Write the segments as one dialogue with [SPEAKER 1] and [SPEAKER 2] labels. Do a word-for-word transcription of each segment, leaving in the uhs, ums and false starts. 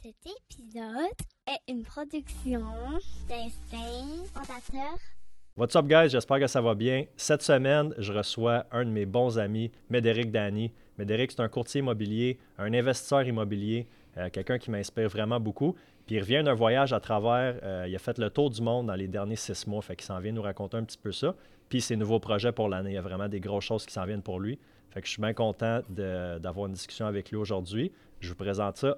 [SPEAKER 1] Cet épisode est une production d'Instinct Fondateur.
[SPEAKER 2] What's up, guys? J'espère que ça va bien. Cette semaine, je reçois un de mes bons amis, Médéric Dany. Médéric, c'est un courtier immobilier, un investisseur immobilier, euh, quelqu'un qui m'inspire vraiment beaucoup. Puis il revient d'un voyage à travers, euh, il a fait le tour du monde dans les derniers six mois, fait qu'il s'en vient nous raconter un petit peu ça. Puis ses nouveaux projets pour l'année, il y a vraiment des grosses choses qui s'en viennent pour lui. Fait que je suis bien content de, d'avoir une discussion avec lui aujourd'hui. Je vous présente ça.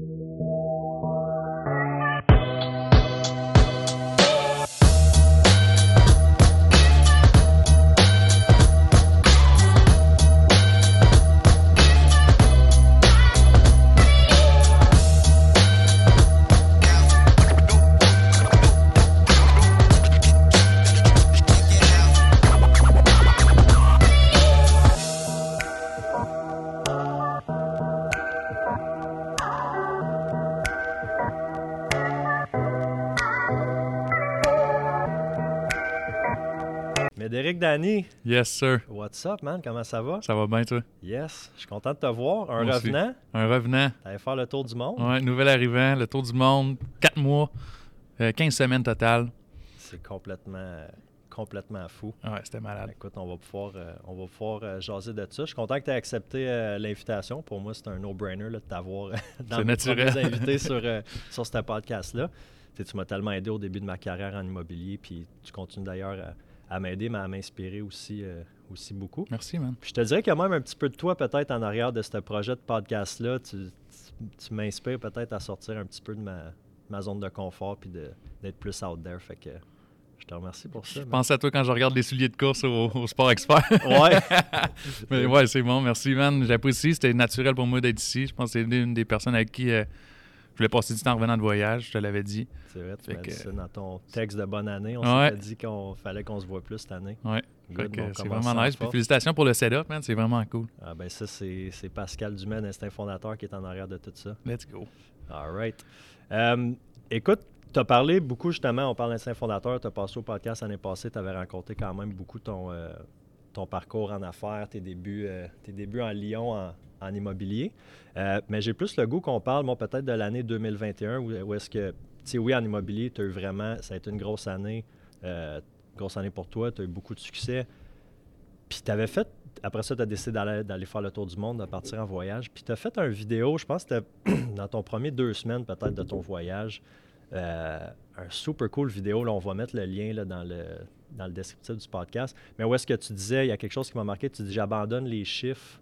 [SPEAKER 2] Médéric Dany.
[SPEAKER 3] Yes, sir.
[SPEAKER 2] What's up, man? Comment ça va?
[SPEAKER 3] Ça va bien, toi?
[SPEAKER 2] Yes. Je suis content de te voir. Un
[SPEAKER 3] Moi
[SPEAKER 2] revenant.
[SPEAKER 3] aussi. Un revenant.
[SPEAKER 2] T'allais faire le tour du monde.
[SPEAKER 3] Ouais, nouvel arrivant, le tour du monde, quatre mois, euh, quinze semaines totales.
[SPEAKER 2] C'est complètement, complètement fou.
[SPEAKER 3] Ouais, c'était malade.
[SPEAKER 2] Écoute, on va pouvoir, euh, on va pouvoir euh, jaser de ça. Je suis content que tu aies accepté euh, l'invitation. Pour moi, c'est un no-brainer là, de t'avoir euh, dans
[SPEAKER 3] C'est
[SPEAKER 2] mes
[SPEAKER 3] naturel.
[SPEAKER 2] premiers invités sur, euh, sur ce podcast-là. Tu sais, tu m'as tellement aidé au début de ma carrière en immobilier, puis tu continues d'ailleurs à, à m'aider, mais à m'inspirer aussi, euh, aussi beaucoup.
[SPEAKER 3] Merci, man.
[SPEAKER 2] Puis je te dirais qu'il y a même un petit peu de toi peut-être en arrière de ce projet de podcast-là. Tu, tu, tu m'inspires peut-être à sortir un petit peu de ma, ma zone de confort puis de, d'être plus out there. Fait que je te remercie pour ça.
[SPEAKER 3] Je
[SPEAKER 2] man.
[SPEAKER 3] pense à toi quand je regarde les souliers de course au, au Sport Expert.
[SPEAKER 2] Ouais.
[SPEAKER 3] Mais ouais, c'est bon, merci, man. J'apprécie. C'était naturel pour moi d'être ici. Je pense que c'est une des personnes avec qui euh, je voulais passer du temps en revenant de voyage. Je te l'avais dit.
[SPEAKER 2] C'est vrai, tu
[SPEAKER 3] Fait
[SPEAKER 2] m'as dit
[SPEAKER 3] que-
[SPEAKER 2] ça dans ton texte de bonne année. On
[SPEAKER 3] Ouais.
[SPEAKER 2] s'était dit qu'il fallait qu'on se voit plus cette année.
[SPEAKER 3] Ouais.
[SPEAKER 2] Good,
[SPEAKER 3] Fait que
[SPEAKER 2] bon,
[SPEAKER 3] c'est
[SPEAKER 2] commence
[SPEAKER 3] vraiment
[SPEAKER 2] en
[SPEAKER 3] nice. Puis
[SPEAKER 2] force.
[SPEAKER 3] félicitations pour le setup, man. C'est vraiment cool.
[SPEAKER 2] Ah ben ça, c'est, c'est Pascal Dumais, Instinct Fondateur, qui est en arrière de tout ça.
[SPEAKER 3] Let's go.
[SPEAKER 2] All right. Euh, écoute, tu as parlé beaucoup, justement, on parle d'Instinct Fondateur, tu as passé au podcast l'année passée, tu avais rencontré quand même beaucoup ton, euh, ton parcours en affaires, tes débuts, euh, tes débuts en Lyon en, en immobilier. Euh, mais j'ai plus le goût qu'on parle, moi, peut-être de l'année deux mille vingt et un, où, où est-ce que, tu sais, oui, en immobilier, tu as eu vraiment, ça a été une grosse année, euh, grosse année pour toi, tu as eu beaucoup de succès. Puis tu avais fait, après ça, tu as décidé d'aller, d'aller faire le tour du monde, de partir en voyage. Puis tu as fait une vidéo, je pense que c'était dans ton premier deux semaines peut-être de ton voyage. Euh, un super cool vidéo. Là, on va mettre le lien là, dans, le, dans le descriptif du podcast. Mais où est-ce que tu disais, il y a quelque chose qui m'a marqué, tu dis j'abandonne les chiffres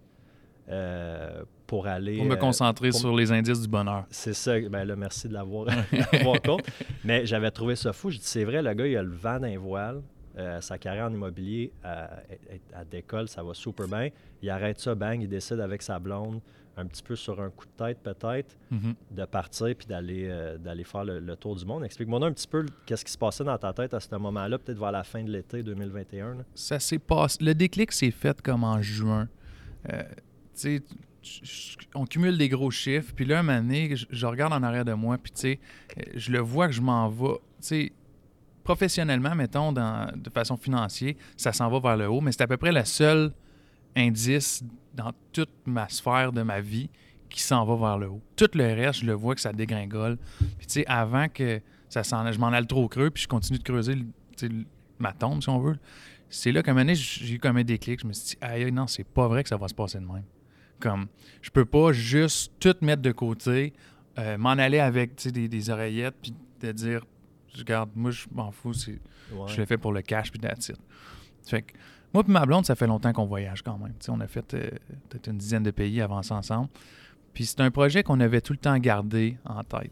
[SPEAKER 2] euh, pour aller...
[SPEAKER 3] Pour me
[SPEAKER 2] euh,
[SPEAKER 3] concentrer
[SPEAKER 2] pour-
[SPEAKER 3] sur les indices du bonheur.
[SPEAKER 2] C'est ça. Ben là, merci de l'avoir, l'avoir compte. Mais j'avais trouvé ça fou. Je dis, c'est vrai, le gars, il a le vent d'un voile. Euh, sa carrière en immobilier, à, à, à décolle, ça va super bien. Il arrête ça, bang, il décide avec sa blonde, un petit peu sur un coup de tête peut-être,
[SPEAKER 3] Mhm.
[SPEAKER 2] de partir puis d'aller, euh, d'aller faire le, le tour du monde. Explique-moi un petit peu le- qu'est-ce qui se passait dans ta tête à ce moment-là, peut-être vers la fin de l'été deux mille vingt et un. là.
[SPEAKER 3] Ça s'est passé. Le déclic s'est fait comme en juin. Euh, tu sais, j- j- on cumule des gros chiffres, puis là, un moment donné, je, je regarde en arrière de moi, puis tu sais, euh, je le vois que je m'en vais. Tu sais, professionnellement, mettons, dans, de façon financière, ça s'en va vers le haut, mais c'est à peu près le seul indice dans toute ma sphère de ma vie qui s'en va vers le haut. Tout le reste, je le vois que ça dégringole. Puis tu sais, avant que ça s'en je m'en aille trop creux, puis je continue de creuser le- tu sais, le- ma tombe, si on veut. C'est là qu'à un moment donné, j'ai eu comme un déclic. Je me suis dit, aïe, non, c'est pas vrai que ça va se passer de même. Comme, je peux pas juste tout mettre de côté, euh, m'en aller avec tu sais, des, des oreillettes, puis te dire, regarde, moi, je m'en fous, c'est,
[SPEAKER 2] Ouais.
[SPEAKER 3] je le fais pour le cash, puis that's it. Fait que, moi puis ma blonde, ça fait longtemps qu'on voyage quand même. Tu sais, on a fait euh, peut-être une dizaine de pays avant ça ensemble. Puis c'est un projet qu'on avait tout le temps gardé en tête.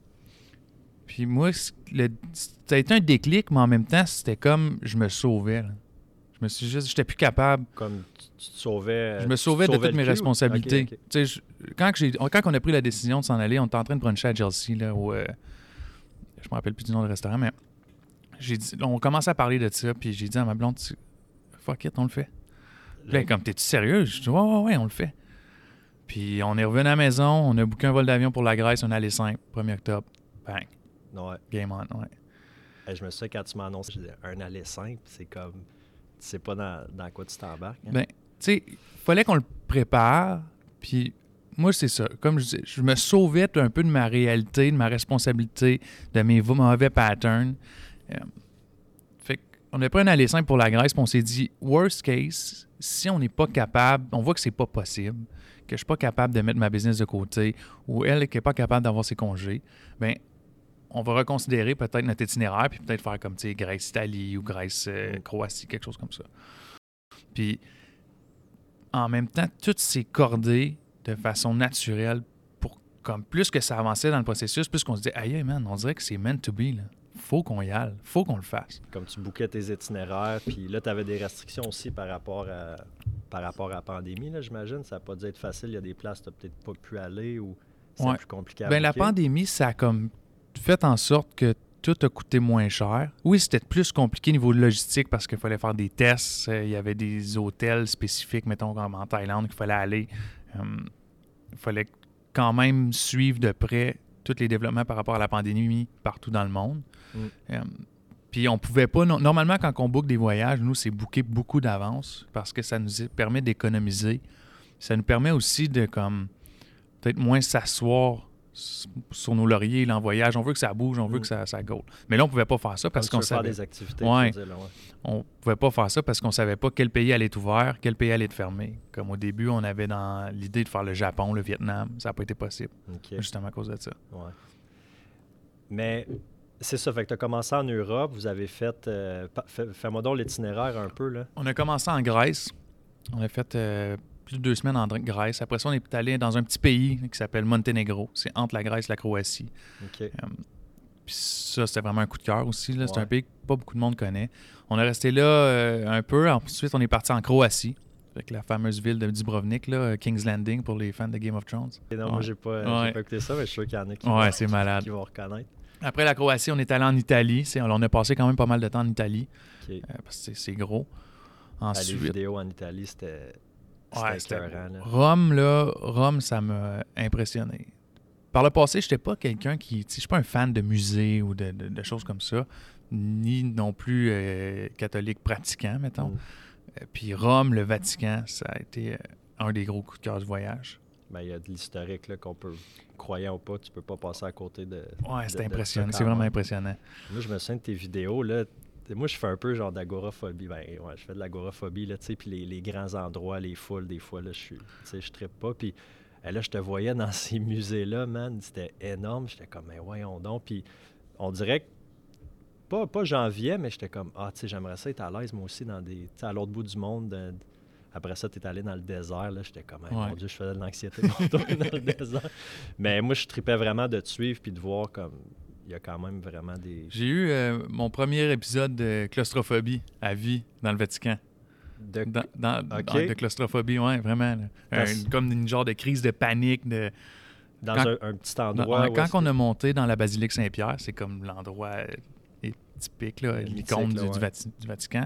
[SPEAKER 3] Puis moi, c- le- ça a été un déclic, mais en même temps, c'était comme je me sauvais. là. Je me suis juste, j'étais plus capable.
[SPEAKER 2] Comme tu, tu te sauvais...
[SPEAKER 3] Je me
[SPEAKER 2] tu
[SPEAKER 3] sauvais
[SPEAKER 2] te
[SPEAKER 3] de
[SPEAKER 2] sauvais
[SPEAKER 3] toutes
[SPEAKER 2] le
[SPEAKER 3] mes
[SPEAKER 2] cul ou-
[SPEAKER 3] responsabilités.
[SPEAKER 2] Ok, ok.
[SPEAKER 3] Tu sais, je- quand, que j'ai, quand on a pris la décision de s'en aller, on était en train de bruncher à Chelsea, là, où, euh, je me rappelle plus du nom du restaurant, mais j'ai dit, on commençait à parler de ça, puis j'ai dit à ma blonde, tu- fuck it, on le fait. Puis là, comme, t'es-tu sérieux? Je dis, ouais, ouais, ouais, on le fait. Puis on est revenu à la maison, on a booké un vol d'avion pour la Grèce, on est allé simple, premier octobre. Bang,
[SPEAKER 2] Ouais.
[SPEAKER 3] game on, ouais.
[SPEAKER 2] Hey, je me souviens quand tu m'as annoncé j'ai dit, un aller simple, c'est comme... Tu sais pas dans, dans quoi tu t'embarques. hein.
[SPEAKER 3] Ben, tu sais, il fallait qu'on le prépare, puis moi, c'est ça. Comme je dis, je me sauvais un peu de ma réalité, de ma responsabilité, de mes mauvais patterns. Euh, fait qu'on a pris un aller simple pour la Grèce, puis on s'est dit, worst case, si on n'est pas capable, on voit que c'est pas possible, que je suis pas capable de mettre ma business de côté, ou elle qui n'est pas capable d'avoir ses congés, bien, on va reconsidérer peut-être notre itinéraire, puis peut-être faire comme, tu sais, Grèce-Italie ou Grèce-Croatie, quelque chose comme ça. Puis, en même temps, tout s'est cordé de façon naturelle pour, comme plus que ça avançait dans le processus, plus qu'on se dit, aïe, man, on dirait que c'est meant to be, là. Faut qu'on y aille, faut qu'on le fasse.
[SPEAKER 2] Comme tu bookais tes itinéraires, puis là, tu avais des restrictions aussi par rapport à, par rapport à la pandémie, là, j'imagine. Ça n'a pas dû être facile. Il y a des places que tu n'as peut-être pas pu aller ou c'est
[SPEAKER 3] ouais.
[SPEAKER 2] plus compliqué à
[SPEAKER 3] ben, la
[SPEAKER 2] booker.
[SPEAKER 3] pandémie, ça a comme fait en sorte que tout a coûté moins cher. Oui, c'était plus compliqué au niveau de logistique parce qu'il fallait faire des tests. Il y avait des hôtels spécifiques, mettons, comme en Thaïlande, qu'il fallait aller. Um, il fallait quand même suivre de près tous les développements par rapport à la pandémie partout dans le monde. Mm. Um, puis on pouvait pas... No- normalement, quand on book des voyages, nous, c'est booker beaucoup d'avance parce que ça nous permet d'économiser. Ça nous permet aussi de, comme, peut-être moins s'asseoir sur nos lauriers, là, en voyage. On veut que ça bouge, on veut mm. que ça, ça go. Mais là, on pouvait pas faire ça parce
[SPEAKER 2] Comme
[SPEAKER 3] qu'on
[SPEAKER 2] tu veux
[SPEAKER 3] savait...
[SPEAKER 2] faire des activités,
[SPEAKER 3] ouais.
[SPEAKER 2] dire, là, ouais.
[SPEAKER 3] On pouvait pas faire ça parce qu'on savait pas quel pays allait être ouvert, quel pays allait être fermé. Comme au début, on avait dans l'idée de faire le Japon, le Vietnam. Ça n'a pas été possible,
[SPEAKER 2] okay.
[SPEAKER 3] justement à cause de ça.
[SPEAKER 2] Ouais. Mais c'est ça, fait que tu as commencé en Europe, vous avez fait... Euh, fais, fais-moi donc l'itinéraire un peu, là.
[SPEAKER 3] On a commencé en Grèce. On a fait... Euh, plus de deux semaines en Grèce. Après ça, on est allé dans un petit pays qui s'appelle Monténégro. C'est entre la Grèce et la Croatie.
[SPEAKER 2] Okay.
[SPEAKER 3] Um, puis ça, c'était vraiment un coup de cœur aussi. Là.
[SPEAKER 2] Ouais.
[SPEAKER 3] C'est un pays que pas beaucoup de monde connaît. On est resté là euh, un peu. Ensuite, on est parti en Croatie, avec la fameuse ville de Dubrovnik, là, King's Landing pour les fans de Game of Thrones.
[SPEAKER 2] Et non,
[SPEAKER 3] ouais.
[SPEAKER 2] moi, j'ai pas,
[SPEAKER 3] ouais.
[SPEAKER 2] j'ai pas écouté ça, mais je suis sûr qu'il y en a qui,
[SPEAKER 3] ouais,
[SPEAKER 2] vont,
[SPEAKER 3] c'est malade.
[SPEAKER 2] qui vont reconnaître.
[SPEAKER 3] Après la Croatie, on est allé en Italie. C'est, on a passé quand même pas mal de temps en Italie,
[SPEAKER 2] Okay.
[SPEAKER 3] euh, parce que c'est, c'est gros. Ensuite,
[SPEAKER 2] ah, les vidéos en Italie, c'était...
[SPEAKER 3] Ouais, c'était
[SPEAKER 2] écœurant, là.
[SPEAKER 3] Rome, là, Rome, ça m'a impressionné. Par le passé, je n'étais pas quelqu'un qui... Je suis pas un fan de musées ou de, de, de choses comme ça, ni non plus euh, catholique pratiquant, mettons. Mm. Euh, puis Rome, le Vatican, ça a été euh, un des gros coups de cœur du voyage.
[SPEAKER 2] Ben, il y a de l'historique là, qu'on peut, croyant ou pas, tu peux pas passer à côté de...
[SPEAKER 3] Ouais, c'est
[SPEAKER 2] de,
[SPEAKER 3] impressionnant.
[SPEAKER 2] de ça,
[SPEAKER 3] c'est vraiment
[SPEAKER 2] même.
[SPEAKER 3] impressionnant.
[SPEAKER 2] Moi, je me souviens de tes vidéos, là. Moi, je fais un peu genre d'agoraphobie. Ben, ouais, je fais de l'agoraphobie, là, tu sais, puis les, les grands endroits, les foules, des fois, là, je suis, tu sais, je trippe pas. Puis là, je te voyais dans ces musées-là, man, c'était énorme. J'étais comme, mais voyons donc. Puis on dirait que, pas, pas j'enviais, mais j'étais comme, ah, tu sais, j'aimerais ça être à l'aise, moi aussi, dans des, tu sais, à l'autre bout du monde. De, après ça, tu es allé dans le désert, là, j'étais comme, hey, ouais. mon Dieu, je faisais de l'anxiété pour retourner dans le désert. Mais moi, je trippais vraiment de te suivre puis de voir comme... Il y a quand même vraiment des...
[SPEAKER 3] J'ai eu euh, mon premier épisode de claustrophobie à vie dans le Vatican.
[SPEAKER 2] De,
[SPEAKER 3] dans, dans,
[SPEAKER 2] okay.
[SPEAKER 3] de claustrophobie, oui, vraiment. Un, comme une genre de crise de panique. De,
[SPEAKER 2] dans
[SPEAKER 3] quand,
[SPEAKER 2] un, un petit endroit.
[SPEAKER 3] Dans, quand on a monté dans la basilique Saint-Pierre, c'est comme l'endroit euh, typique, là, l'icône du, ouais. du, Vati- du Vatican.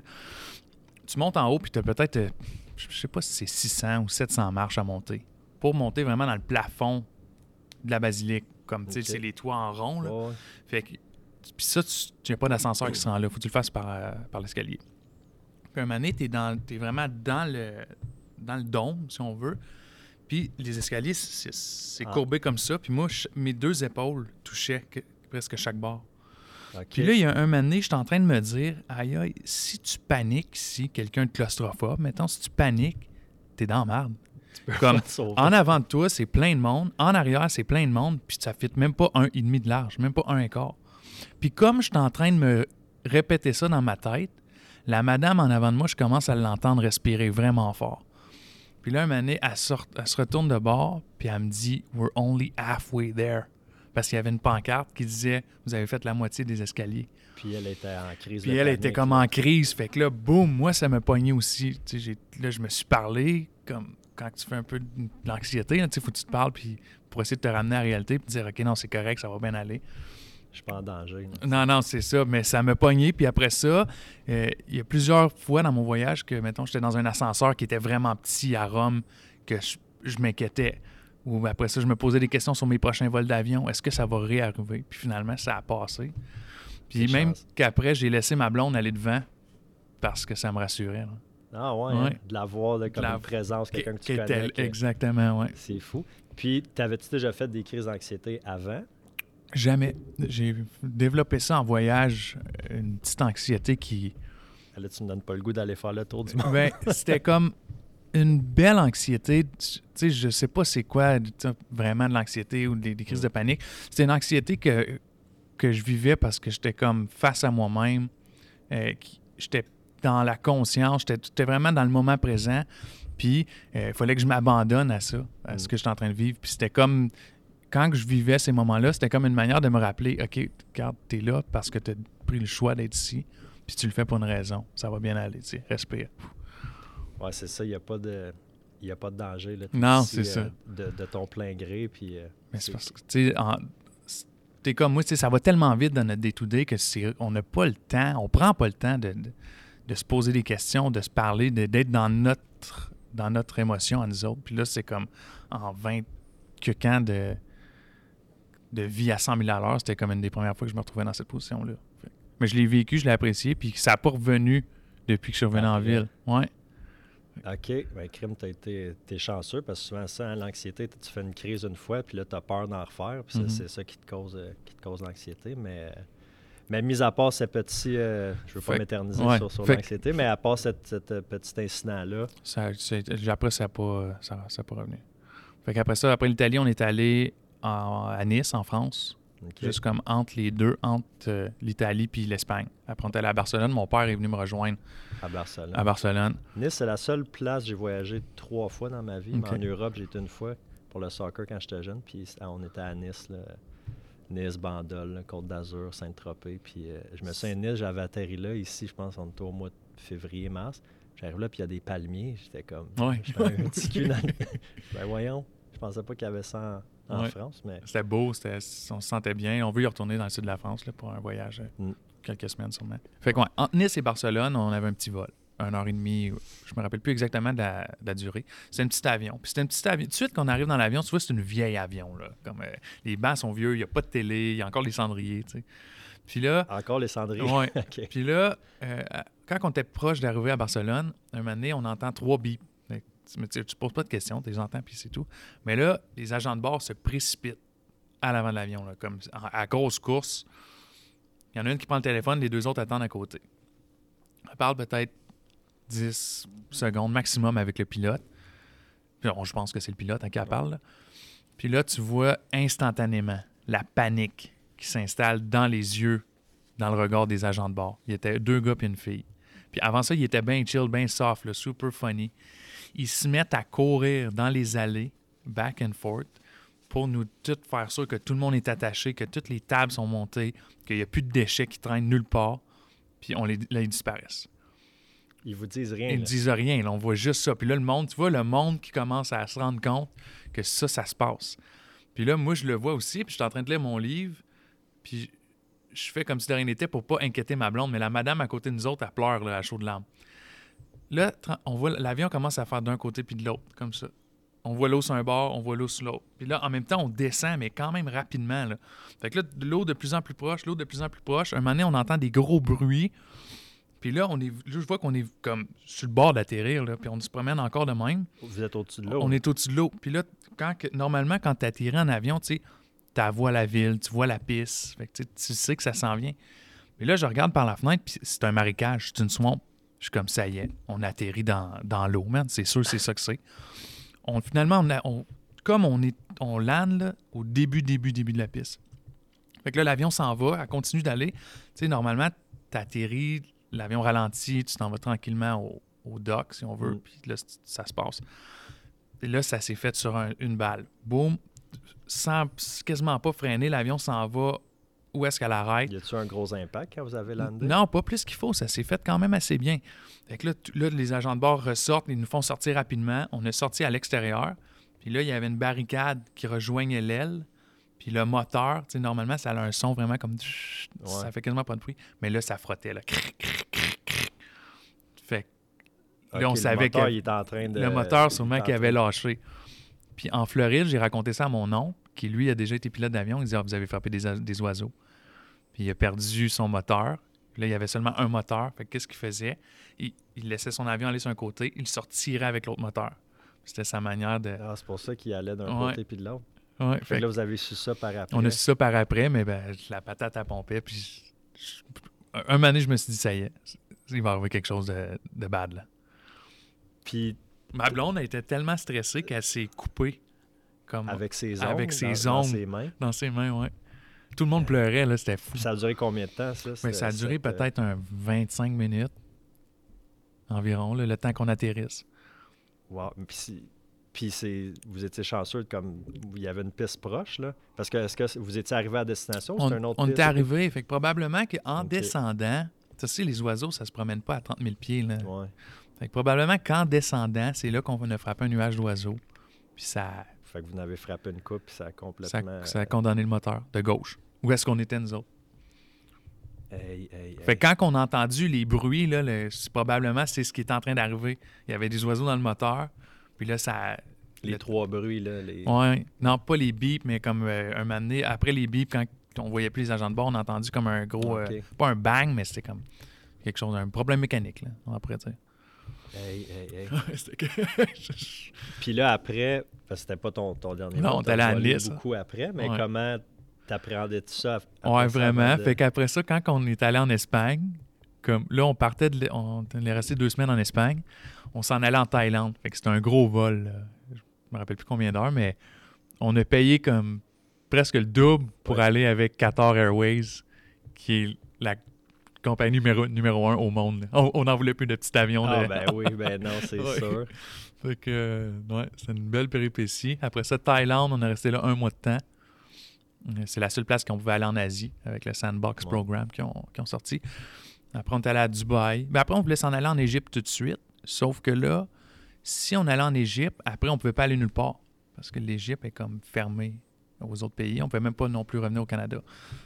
[SPEAKER 3] Tu montes en haut, puis tu as peut-être, euh, je sais pas si c'est six cents ou sept cents marches à monter. Pour monter vraiment dans le plafond de la basilique. Comme, tu sais, okay. c'est les toits en rond, là. Oh, ouais. Fait que... Puis ça, tu n'as pas d'ascenseur qui se rend là. Faut que tu le fasses par, euh, par l'escalier. Puis un moment donné, t'es, dans, t'es vraiment dans le, dans le dôme, si on veut. Puis les escaliers, c'est, c'est ah. courbé comme ça. Puis moi, je, mes deux épaules touchaient que, presque chaque bord. Okay. Puis là, il y a un moment donné, j'étais en train de me dire, aïe, aïe, si tu paniques, si quelqu'un de claustrophobe, mettons, si tu paniques, t'es dans la merde. Comme en avant de toi, c'est plein de monde. En arrière, c'est plein de monde. Puis ça ne fit même pas un et demi de large, même pas un et quart. Puis comme je suis en train de me répéter ça dans ma tête, la madame en avant de moi, je commence à l'entendre respirer vraiment fort. Puis là, un moment donné, elle, sort, elle se retourne de bord, puis elle me dit « We're only halfway there ». Parce qu'il y avait une pancarte qui disait « Vous avez fait la moitié des escaliers ».
[SPEAKER 2] Puis elle était en crise.
[SPEAKER 3] Puis elle panique, était comme là. En crise. Fait que là, boum, moi, ça m'a pogné aussi. Tu sais, j'ai, là, je me suis parlé comme... Quand tu fais un peu de l'anxiété, il faut que tu te parles puis pour essayer de te ramener à la réalité et te dire « OK, non, c'est correct, ça va bien aller ».
[SPEAKER 2] Je suis pas en danger.
[SPEAKER 3] Non, non, non c'est ça. Mais ça m'a pogné. Puis après ça, euh, il y a plusieurs fois dans mon voyage que, mettons, j'étais dans un ascenseur qui était vraiment petit à Rome, que je, je m'inquiétais. Ou après ça, je me posais des questions sur mes prochains vols d'avion. Est-ce que ça va réarriver? Puis finalement, ça a passé. Puis c'est même chance. Qu'après, j'ai laissé ma blonde aller devant parce que ça me rassurait. Là.
[SPEAKER 2] Ah ouais, ouais. Hein? De la voir là, comme la... une présence, quelqu'un que tu
[SPEAKER 3] Qu'est-elle,
[SPEAKER 2] connais. Que...
[SPEAKER 3] Exactement, oui.
[SPEAKER 2] C'est fou. Puis, t'avais-tu déjà fait des crises d'anxiété avant?
[SPEAKER 3] Jamais. J'ai développé ça en voyage, une petite anxiété qui...
[SPEAKER 2] Là, tu me donnes pas le goût d'aller faire le tour du monde.
[SPEAKER 3] Ben, c'était comme une belle anxiété. Tu sais, je sais pas c'est quoi vraiment de l'anxiété ou des, des crises de panique. C'était une anxiété que, que je vivais parce que j'étais comme face à moi-même. Euh, qui, j'étais dans la conscience. J'étais, j'étais vraiment dans le moment présent. Puis, il euh, fallait que je m'abandonne à ça, à ce que j'étais en train de vivre. Puis c'était comme... Quand je vivais ces moments-là, c'était comme une manière de me rappeler, OK, regarde, t'es là parce que t'as pris le choix d'être ici, puis tu le fais pour une raison. Ça va bien aller, tu sais, respire.
[SPEAKER 2] Ouais, c'est ça, il n'y a pas de... Il n'y a pas de danger. Là.
[SPEAKER 3] Non,
[SPEAKER 2] ici,
[SPEAKER 3] c'est
[SPEAKER 2] euh,
[SPEAKER 3] ça.
[SPEAKER 2] De, de ton plein gré. Puis, euh,
[SPEAKER 3] Mais c'est, c'est parce que, tu sais, en... t'es comme moi, tu sais, ça va tellement vite dans notre day-to-day que c'est... on n'a pas le temps, on prend pas le temps de, de, de se poser des questions, de se parler, de, d'être dans notre, dans notre émotion à nous autres. Puis là, c'est comme en vingt quelques ans de... de vie à cent mille à l'heure, c'était comme une des premières fois que je me retrouvais dans cette position-là. Fait. Mais je l'ai vécu, je l'ai apprécié, puis ça n'a pas revenu depuis que je suis revenu
[SPEAKER 2] ah,
[SPEAKER 3] en ville. Ouais.
[SPEAKER 2] OK. Bien, crime, t'as été, t'es chanceux, parce que souvent, ça, hein, l'anxiété, tu fais une crise une fois, puis là, tu as peur d'en refaire, puis mm-hmm. c'est, c'est ça qui te cause, euh, qui te cause l'anxiété. Mais, mais mis à part ces petits... Euh, je veux pas fait, m'éterniser ouais. sur, sur fait, l'anxiété, mais à part cette, cette petit incident-là...
[SPEAKER 3] Ça, après, ça n'a pas, ça, ça pas revenu. Fait qu'après ça, après l'Italie, on est allé... En, à Nice, en France, okay. Juste comme entre les deux, entre euh, l'Italie puis l'Espagne. Après, on est allé à Barcelone. Mon père est venu me rejoindre
[SPEAKER 2] à Barcelone.
[SPEAKER 3] À Barcelone.
[SPEAKER 2] Nice, c'est la seule place où j'ai voyagé trois fois dans ma vie. Okay. Mais en Europe, j'ai été une fois pour le soccer quand j'étais jeune. Puis on était à Nice, là. Nice, Bandol, là, Côte d'Azur, Saint-Tropez. Puis euh, je me souviens, Nice, j'avais atterri là. Ici, je pense, on était au mois de février, mars. J'arrive là, puis il y a des palmiers. J'étais comme...
[SPEAKER 3] Ouais.
[SPEAKER 2] J'étais un petit cul dans le... Ben voyons, je pensais pas qu'il y avait ça... En
[SPEAKER 3] ouais.
[SPEAKER 2] France, mais...
[SPEAKER 3] C'était beau, c'était, on se sentait bien. On veut y retourner dans le sud de la France là, pour un voyage, mm. quelques semaines sûrement. Fait que, ouais, entre Nice et Barcelone, on avait un petit vol. Une heure et demie, je me rappelle plus exactement de la, de la durée. C'était un petit avion. Puis c'était un petit avion. Tout de suite, quand on arrive dans l'avion, tu vois, c'est une vieille avion. Là. Comme, euh, les bancs sont vieux, il n'y a pas de télé, il y a encore les cendriers, tu sais. Puis là...
[SPEAKER 2] Encore les cendriers?
[SPEAKER 3] Ouais.
[SPEAKER 2] Okay.
[SPEAKER 3] Puis là, euh, quand on était proche d'arriver à Barcelone, un moment donné, on entend trois bips. Mais tu ne poses pas de questions, tu les entends, puis c'est tout. Mais là, les agents de bord se précipitent à l'avant de l'avion, là, comme à, à grosse course. Il y en a une qui prend le téléphone, les deux autres attendent à côté. Elle parle peut-être dix secondes maximum avec le pilote. Puis bon, je pense que c'est le pilote hein, qui parle. Là. Puis là, tu vois instantanément la panique qui s'installe dans les yeux, dans le regard des agents de bord. Il y était deux gars puis une fille. Puis avant ça, il était bien chill, bien soft, là, super funny. Ils se mettent à courir dans les allées, back and forth, pour nous tout faire sûr que tout le monde est attaché, que toutes les tables sont montées, qu'il n'y a plus de déchets qui traînent nulle part, puis on les, là, ils disparaissent.
[SPEAKER 2] Ils vous disent rien.
[SPEAKER 3] Ils ne disent rien, là, on voit juste ça. Puis là, le monde, tu vois, le monde qui commence à se rendre compte que ça, ça se passe. Puis là, moi, je le vois aussi, puis je suis en train de lire mon livre, puis je fais comme si de rien n'était pour pas inquiéter ma blonde, mais la madame à côté de nous autres, elle pleure là, à chaudes larmes. Là, on voit l'avion commence à faire d'un côté puis de l'autre, comme ça. On voit l'eau sur un bord, on voit l'eau sur l'autre. Puis là, en même temps, on descend, mais quand même rapidement. Là. Fait que là, l'eau de plus en plus proche, l'eau de plus en plus proche. Un moment donné, on entend des gros bruits. Puis là, on est, là, je vois qu'on est comme sur le bord d'atterrir, là, puis on se promène encore de même.
[SPEAKER 2] Vous êtes au-dessus de l'eau.
[SPEAKER 3] On est au-dessus de l'eau. Puis là, quand, normalement, quand tu atterris en avion, tu sais, tu vois la ville, tu vois la piste. Fait que tu sais que ça s'en vient. Mais là, je regarde par la fenêtre, puis c'est un marécage, c'est une swamp. Je suis comme, ça y est, on atterrit dans, dans l'eau, man. C'est sûr, c'est ça que c'est. On, finalement, on a, on, comme on est, on land là, au début, début, début de la piste. Fait que là, l'avion s'en va, elle continue d'aller. Tu sais, normalement, tu atterris, l'avion ralentit, tu t'en vas tranquillement au, au dock, si on veut, mm. puis là, ça se passe. Et là, ça s'est fait sur un, une balle. Boum, sans quasiment pas freiner, l'avion s'en va. Où est-ce qu'elle arrête?
[SPEAKER 2] Y a-t-il un gros impact quand vous avez landé?
[SPEAKER 3] Non, pas plus qu'il faut. Ça s'est fait quand même assez bien. Fait que là, t- là, les agents de bord ressortent, ils nous font sortir rapidement. On est sorti à l'extérieur. Puis là, il y avait une barricade qui rejoignait l'aile. Puis le moteur, tu sais, normalement, ça a un son vraiment comme... Chut, ouais. Ça fait quasiment pas de bruit. Mais là, ça frottait, là. Cric, cric, cric, cric. Fait que là, on
[SPEAKER 2] okay,
[SPEAKER 3] savait que...
[SPEAKER 2] Le moteur, il était en train de...
[SPEAKER 3] Le moteur, sûrement,
[SPEAKER 2] il
[SPEAKER 3] qui avait lâché. Puis en Floride, j'ai raconté ça à mon oncle, qui, lui, a déjà été pilote d'avion. Il disait, ah, vous avez frappé des, a- des oiseaux. Puis il a perdu son moteur. Puis là, il y avait seulement un moteur. Fait que qu'est-ce qu'il faisait? Il, il laissait son avion aller sur un côté. Il se retirait avec l'autre moteur. C'était sa manière de...
[SPEAKER 2] Ah, c'est pour ça qu'il allait d'un
[SPEAKER 3] Ouais.
[SPEAKER 2] côté puis de l'autre.
[SPEAKER 3] Ouais,
[SPEAKER 2] Fait
[SPEAKER 3] fait
[SPEAKER 2] que là, vous avez su ça par après.
[SPEAKER 3] on a su ça par après, mais ben, la patate à pomper. Puis je- je- un moment donné, je me suis dit, ça y est, il va arriver quelque chose de, de bad, là.
[SPEAKER 2] Puis
[SPEAKER 3] Ma blonde, elle était tellement stressée qu'elle s'est coupée comme
[SPEAKER 2] avec ses ongles,
[SPEAKER 3] Avec ses
[SPEAKER 2] dans, dans
[SPEAKER 3] ongles.
[SPEAKER 2] ses mains.
[SPEAKER 3] dans ses mains, ouais. Tout le monde pleurait, là, c'était fou.
[SPEAKER 2] Puis ça a duré combien de temps, ça?
[SPEAKER 3] Mais
[SPEAKER 2] cette-
[SPEAKER 3] ça a duré
[SPEAKER 2] cette, euh,
[SPEAKER 3] peut-être un vingt-cinq minutes environ, là, le temps qu'on atterrisse.
[SPEAKER 2] Wow. Puis, si- puis c'est, vous étiez chanceux, comme il y avait une piste proche, là? Parce que est-ce que vous étiez arrivé à destination ou
[SPEAKER 3] On,
[SPEAKER 2] c'était un autre
[SPEAKER 3] on
[SPEAKER 2] piste?
[SPEAKER 3] était arrivé, fait que probablement qu'en
[SPEAKER 2] Ok.
[SPEAKER 3] descendant, tu sais, les oiseaux, ça se promène pas à trente mille pieds, là.
[SPEAKER 2] Ouais.
[SPEAKER 3] Fait que probablement qu'en descendant, c'est là qu'on a frappé un nuage d'oiseaux. Puis ça,
[SPEAKER 2] Fait que vous n'avez frappé une coupe puis ça a
[SPEAKER 3] ça,
[SPEAKER 2] complètement...
[SPEAKER 3] ça a condamné le moteur de gauche. Où est-ce qu'on était, nous autres?
[SPEAKER 2] Hey, hey,
[SPEAKER 3] Fait
[SPEAKER 2] hey.
[SPEAKER 3] que quand on a entendu les bruits, là, le- c'est probablement c'est ce qui est en train d'arriver. Il y avait des oiseaux dans le moteur. Puis là, ça...
[SPEAKER 2] Les
[SPEAKER 3] le-
[SPEAKER 2] trois bruits, là, les...
[SPEAKER 3] Ouais. Non, pas les bips, mais comme euh, un moment donné, après les bips, quand on voyait plus les agents de bord, on a entendu comme un gros...
[SPEAKER 2] Ok.
[SPEAKER 3] euh, pas un bang, mais c'était comme quelque chose, un problème mécanique, là, on pourrait dire.
[SPEAKER 2] Hey, hey, hey.
[SPEAKER 3] C'était que-
[SPEAKER 2] Puis là, après, parce que c'était pas ton, ton dernier
[SPEAKER 3] Non,
[SPEAKER 2] vol,
[SPEAKER 3] on
[SPEAKER 2] t'as
[SPEAKER 3] est allé à
[SPEAKER 2] volé
[SPEAKER 3] Nice.
[SPEAKER 2] beaucoup après, mais
[SPEAKER 3] Ouais.
[SPEAKER 2] comment t'appréhendais tout ça? ap- après
[SPEAKER 3] Ouais,
[SPEAKER 2] ça
[SPEAKER 3] vraiment.
[SPEAKER 2] avant de-
[SPEAKER 3] Fait qu'après ça, quand on est allé en Espagne, comme là, on partait de... l- On est resté deux semaines en Espagne. On s'en allait en Thaïlande. Fait que c'était un gros vol, là. Je me rappelle plus combien d'heures, mais on a payé comme presque le double pour
[SPEAKER 2] Ouais.
[SPEAKER 3] aller avec Qatar Airways, qui est la compagnie numéro, numéro un au monde. On on n'en voulait plus de petit avion.
[SPEAKER 2] Ah
[SPEAKER 3] de...
[SPEAKER 2] ben oui, ben non, c'est
[SPEAKER 3] Ouais.
[SPEAKER 2] sûr.
[SPEAKER 3] Fait que, euh, ouais, c'était une belle péripétie. Après ça, Thaïlande, on est resté là un mois de temps. Euh, C'est la seule place qu'on pouvait aller en Asie avec le Sandbox
[SPEAKER 2] Ouais.
[SPEAKER 3] Program qui ont, qui ont sorti. Après, on est allé à Dubaï. Ben après, on voulait s'en aller en Égypte tout de suite. Sauf que là, si on allait en Égypte, après, on ne pouvait pas aller nulle part. Parce que l'Égypte est comme fermée aux autres pays. On ne pouvait même pas non plus revenir au Canada.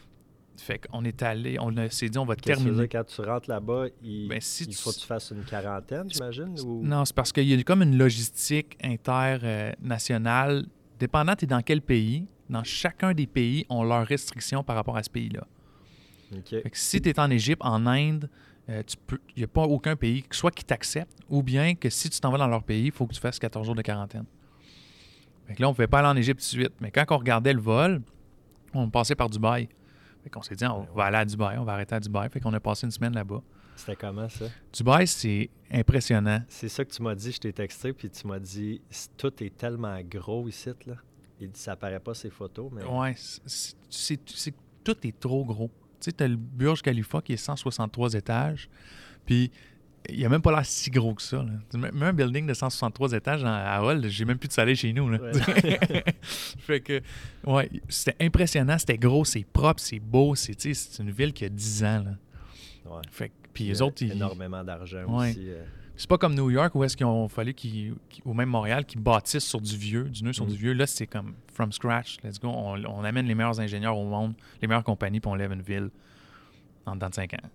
[SPEAKER 3] Fait qu'on est allé, on a- s'est dit, on va
[SPEAKER 2] Qu'est-ce que tu
[SPEAKER 3] terminer.
[SPEAKER 2] faisais quand tu rentres là-bas? Il,
[SPEAKER 3] Ben, si
[SPEAKER 2] il
[SPEAKER 3] tu-
[SPEAKER 2] faut que tu fasses une quarantaine, j'imagine? Ou...
[SPEAKER 3] Non, c'est parce qu'il y a comme une logistique internationale. Dépendant, tu es dans quel pays, dans chacun des pays ont leurs restrictions par rapport à ce pays-là.
[SPEAKER 2] OK.
[SPEAKER 3] Fait que si tu es en Égypte, en Inde, euh, tu peux, il n'y a pas aucun pays, soit qui t'accepte, ou bien que si tu t'en vas dans leur pays, il faut que tu fasses quatorze jours de quarantaine. Fait que là, on ne pouvait pas aller en Égypte tout de suite. Mais quand on regardait le vol, on passait par Dubaï. Fait qu'on s'est dit, on va aller à Dubaï, on va arrêter à Dubaï. Fait qu'on a passé une semaine là-bas.
[SPEAKER 2] C'était comment, ça?
[SPEAKER 3] Dubaï, c'est impressionnant.
[SPEAKER 2] C'est ça que tu m'as dit, je t'ai texté, puis tu m'as dit, c- tout est tellement gros ici, là. Il dit, ça apparaît pas ces photos, mais...
[SPEAKER 3] Ouais, c'est, c'est- c'est- tout est trop gros. Tu sais, t'as le Burj Khalifa qui est cent soixante-trois étages, puis il a même pas l'air si gros que ça. Là. Même un building de cent soixante-trois étages en- à Hull, j'ai même plus de soleil chez nous. Là.
[SPEAKER 2] Ouais.
[SPEAKER 3] Fait que, ouais, c'était impressionnant, c'était gros, c'est propre, c'est beau, c'est, tu sais, c'est une ville qui a dix ans. Là.
[SPEAKER 2] Ouais.
[SPEAKER 3] Fait que, puis
[SPEAKER 2] Il y
[SPEAKER 3] les
[SPEAKER 2] a
[SPEAKER 3] autres, ils,
[SPEAKER 2] énormément d'argent
[SPEAKER 3] Ouais.
[SPEAKER 2] aussi. euh.
[SPEAKER 3] c'est pas comme New York où est-ce qu'ils ont fallu qu'ils, qu'ils- ou même Montréal, qui bâtissent sur du vieux, du nœud sur
[SPEAKER 2] Mm.
[SPEAKER 3] du vieux. Là, c'est comme from scratch. Let's go. On, on amène les meilleurs ingénieurs au monde, les meilleures compagnies, puis on lève une ville en dedans de cinq ans.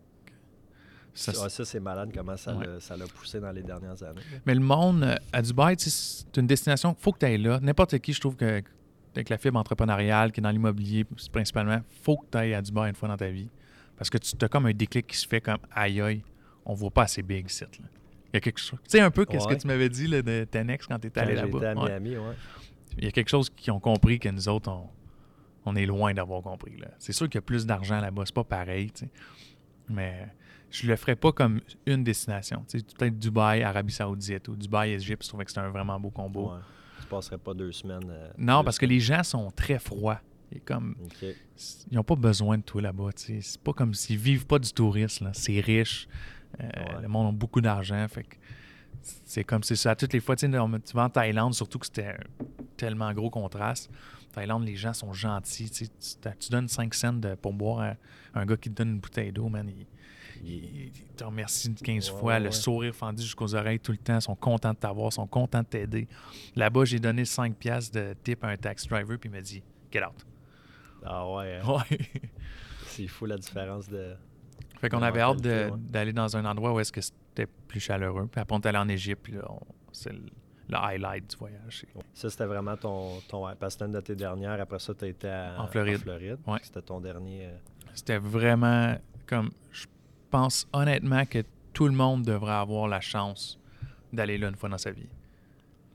[SPEAKER 3] Ça,
[SPEAKER 2] Ça, ça, c'est malade comment ça
[SPEAKER 3] Ouais.
[SPEAKER 2] l'a ça l'a poussé dans les dernières années. là.
[SPEAKER 3] Mais le monde euh, à Dubaï, tu sais, c'est une destination, faut que tu ailles là. N'importe qui, je trouve que avec la fibre entrepreneuriale qui est dans l'immobilier principalement, faut que tu ailles à Dubaï une fois dans ta vie. Parce que tu as comme un déclic qui se fait comme aïe aïe, on voit pas assez big ici. Là. Il y a quelque chose. Tu sais un peu qu'est-ce
[SPEAKER 2] Ouais.
[SPEAKER 3] que tu m'avais dit là, de Tenex quand tu étais
[SPEAKER 2] Quand
[SPEAKER 3] allé
[SPEAKER 2] j'étais
[SPEAKER 3] là-bas.
[SPEAKER 2] à
[SPEAKER 3] Ouais.
[SPEAKER 2] Miami, ouais.
[SPEAKER 3] Il y a quelque chose qu'ils ont compris que nous autres, on, on est loin d'avoir compris. Là. C'est sûr qu'il y a plus d'argent là-bas, c'est pas pareil, tu sais. Mais je le ferais pas comme une destination. Tu sais, peut-être Dubaï, Arabie Saoudite ou Dubaï, Égypte, je trouvais que c'était un vraiment beau combo.
[SPEAKER 2] Ouais. Tu passerais pas deux semaines. euh,
[SPEAKER 3] Non,
[SPEAKER 2] deux
[SPEAKER 3] parce que
[SPEAKER 2] semaines.
[SPEAKER 3] les gens sont très froids. Et comme,
[SPEAKER 2] OK.
[SPEAKER 3] ils n'ont pas besoin de toi là-bas. Tu sais. C'est pas comme s'ils vivent pas du tourisme. Là. C'est riche. Euh,
[SPEAKER 2] Ouais.
[SPEAKER 3] Le monde a beaucoup d'argent. Fait que c'est comme c'est ça. À toutes les fois, tu sais, on- tu vas en Thaïlande, surtout que c'était un tellement gros contraste. En Thaïlande, les gens sont gentils. Tu sais, tu, t'as- tu donnes cinq cents de, pour boire à un gars qui te donne une bouteille d'eau, man. Il, il- il te remercie quinze
[SPEAKER 2] Ouais,
[SPEAKER 3] fois,
[SPEAKER 2] ouais,
[SPEAKER 3] le
[SPEAKER 2] ouais.
[SPEAKER 3] sourire fendu jusqu'aux oreilles tout le temps. Ils sont contents de t'avoir, ils sont contents de t'aider. Là-bas, j'ai donné cinq piastres de tip à un taxi driver, puis il m'a dit « Get out
[SPEAKER 2] Ah ouais, ». hein.
[SPEAKER 3] Ouais.
[SPEAKER 2] C'est fou la différence de...
[SPEAKER 3] Fait qu'on
[SPEAKER 2] La
[SPEAKER 3] avait hâte de-
[SPEAKER 2] mentalité, ouais.
[SPEAKER 3] d'aller dans un endroit où est-ce que c'était plus chaleureux. Puis après, on est allé en Égypte, puis là, on- c'est le, le highlight du voyage. C'est-
[SPEAKER 2] Ça, c'était vraiment ton... ton parce que c'était une de tes dernières. Après ça, tu étais à...
[SPEAKER 3] En Floride. Ouais.
[SPEAKER 2] C'était ton dernier... euh,
[SPEAKER 3] C'était vraiment comme... Je pense honnêtement que tout le monde devrait avoir la chance d'aller là une fois dans sa vie.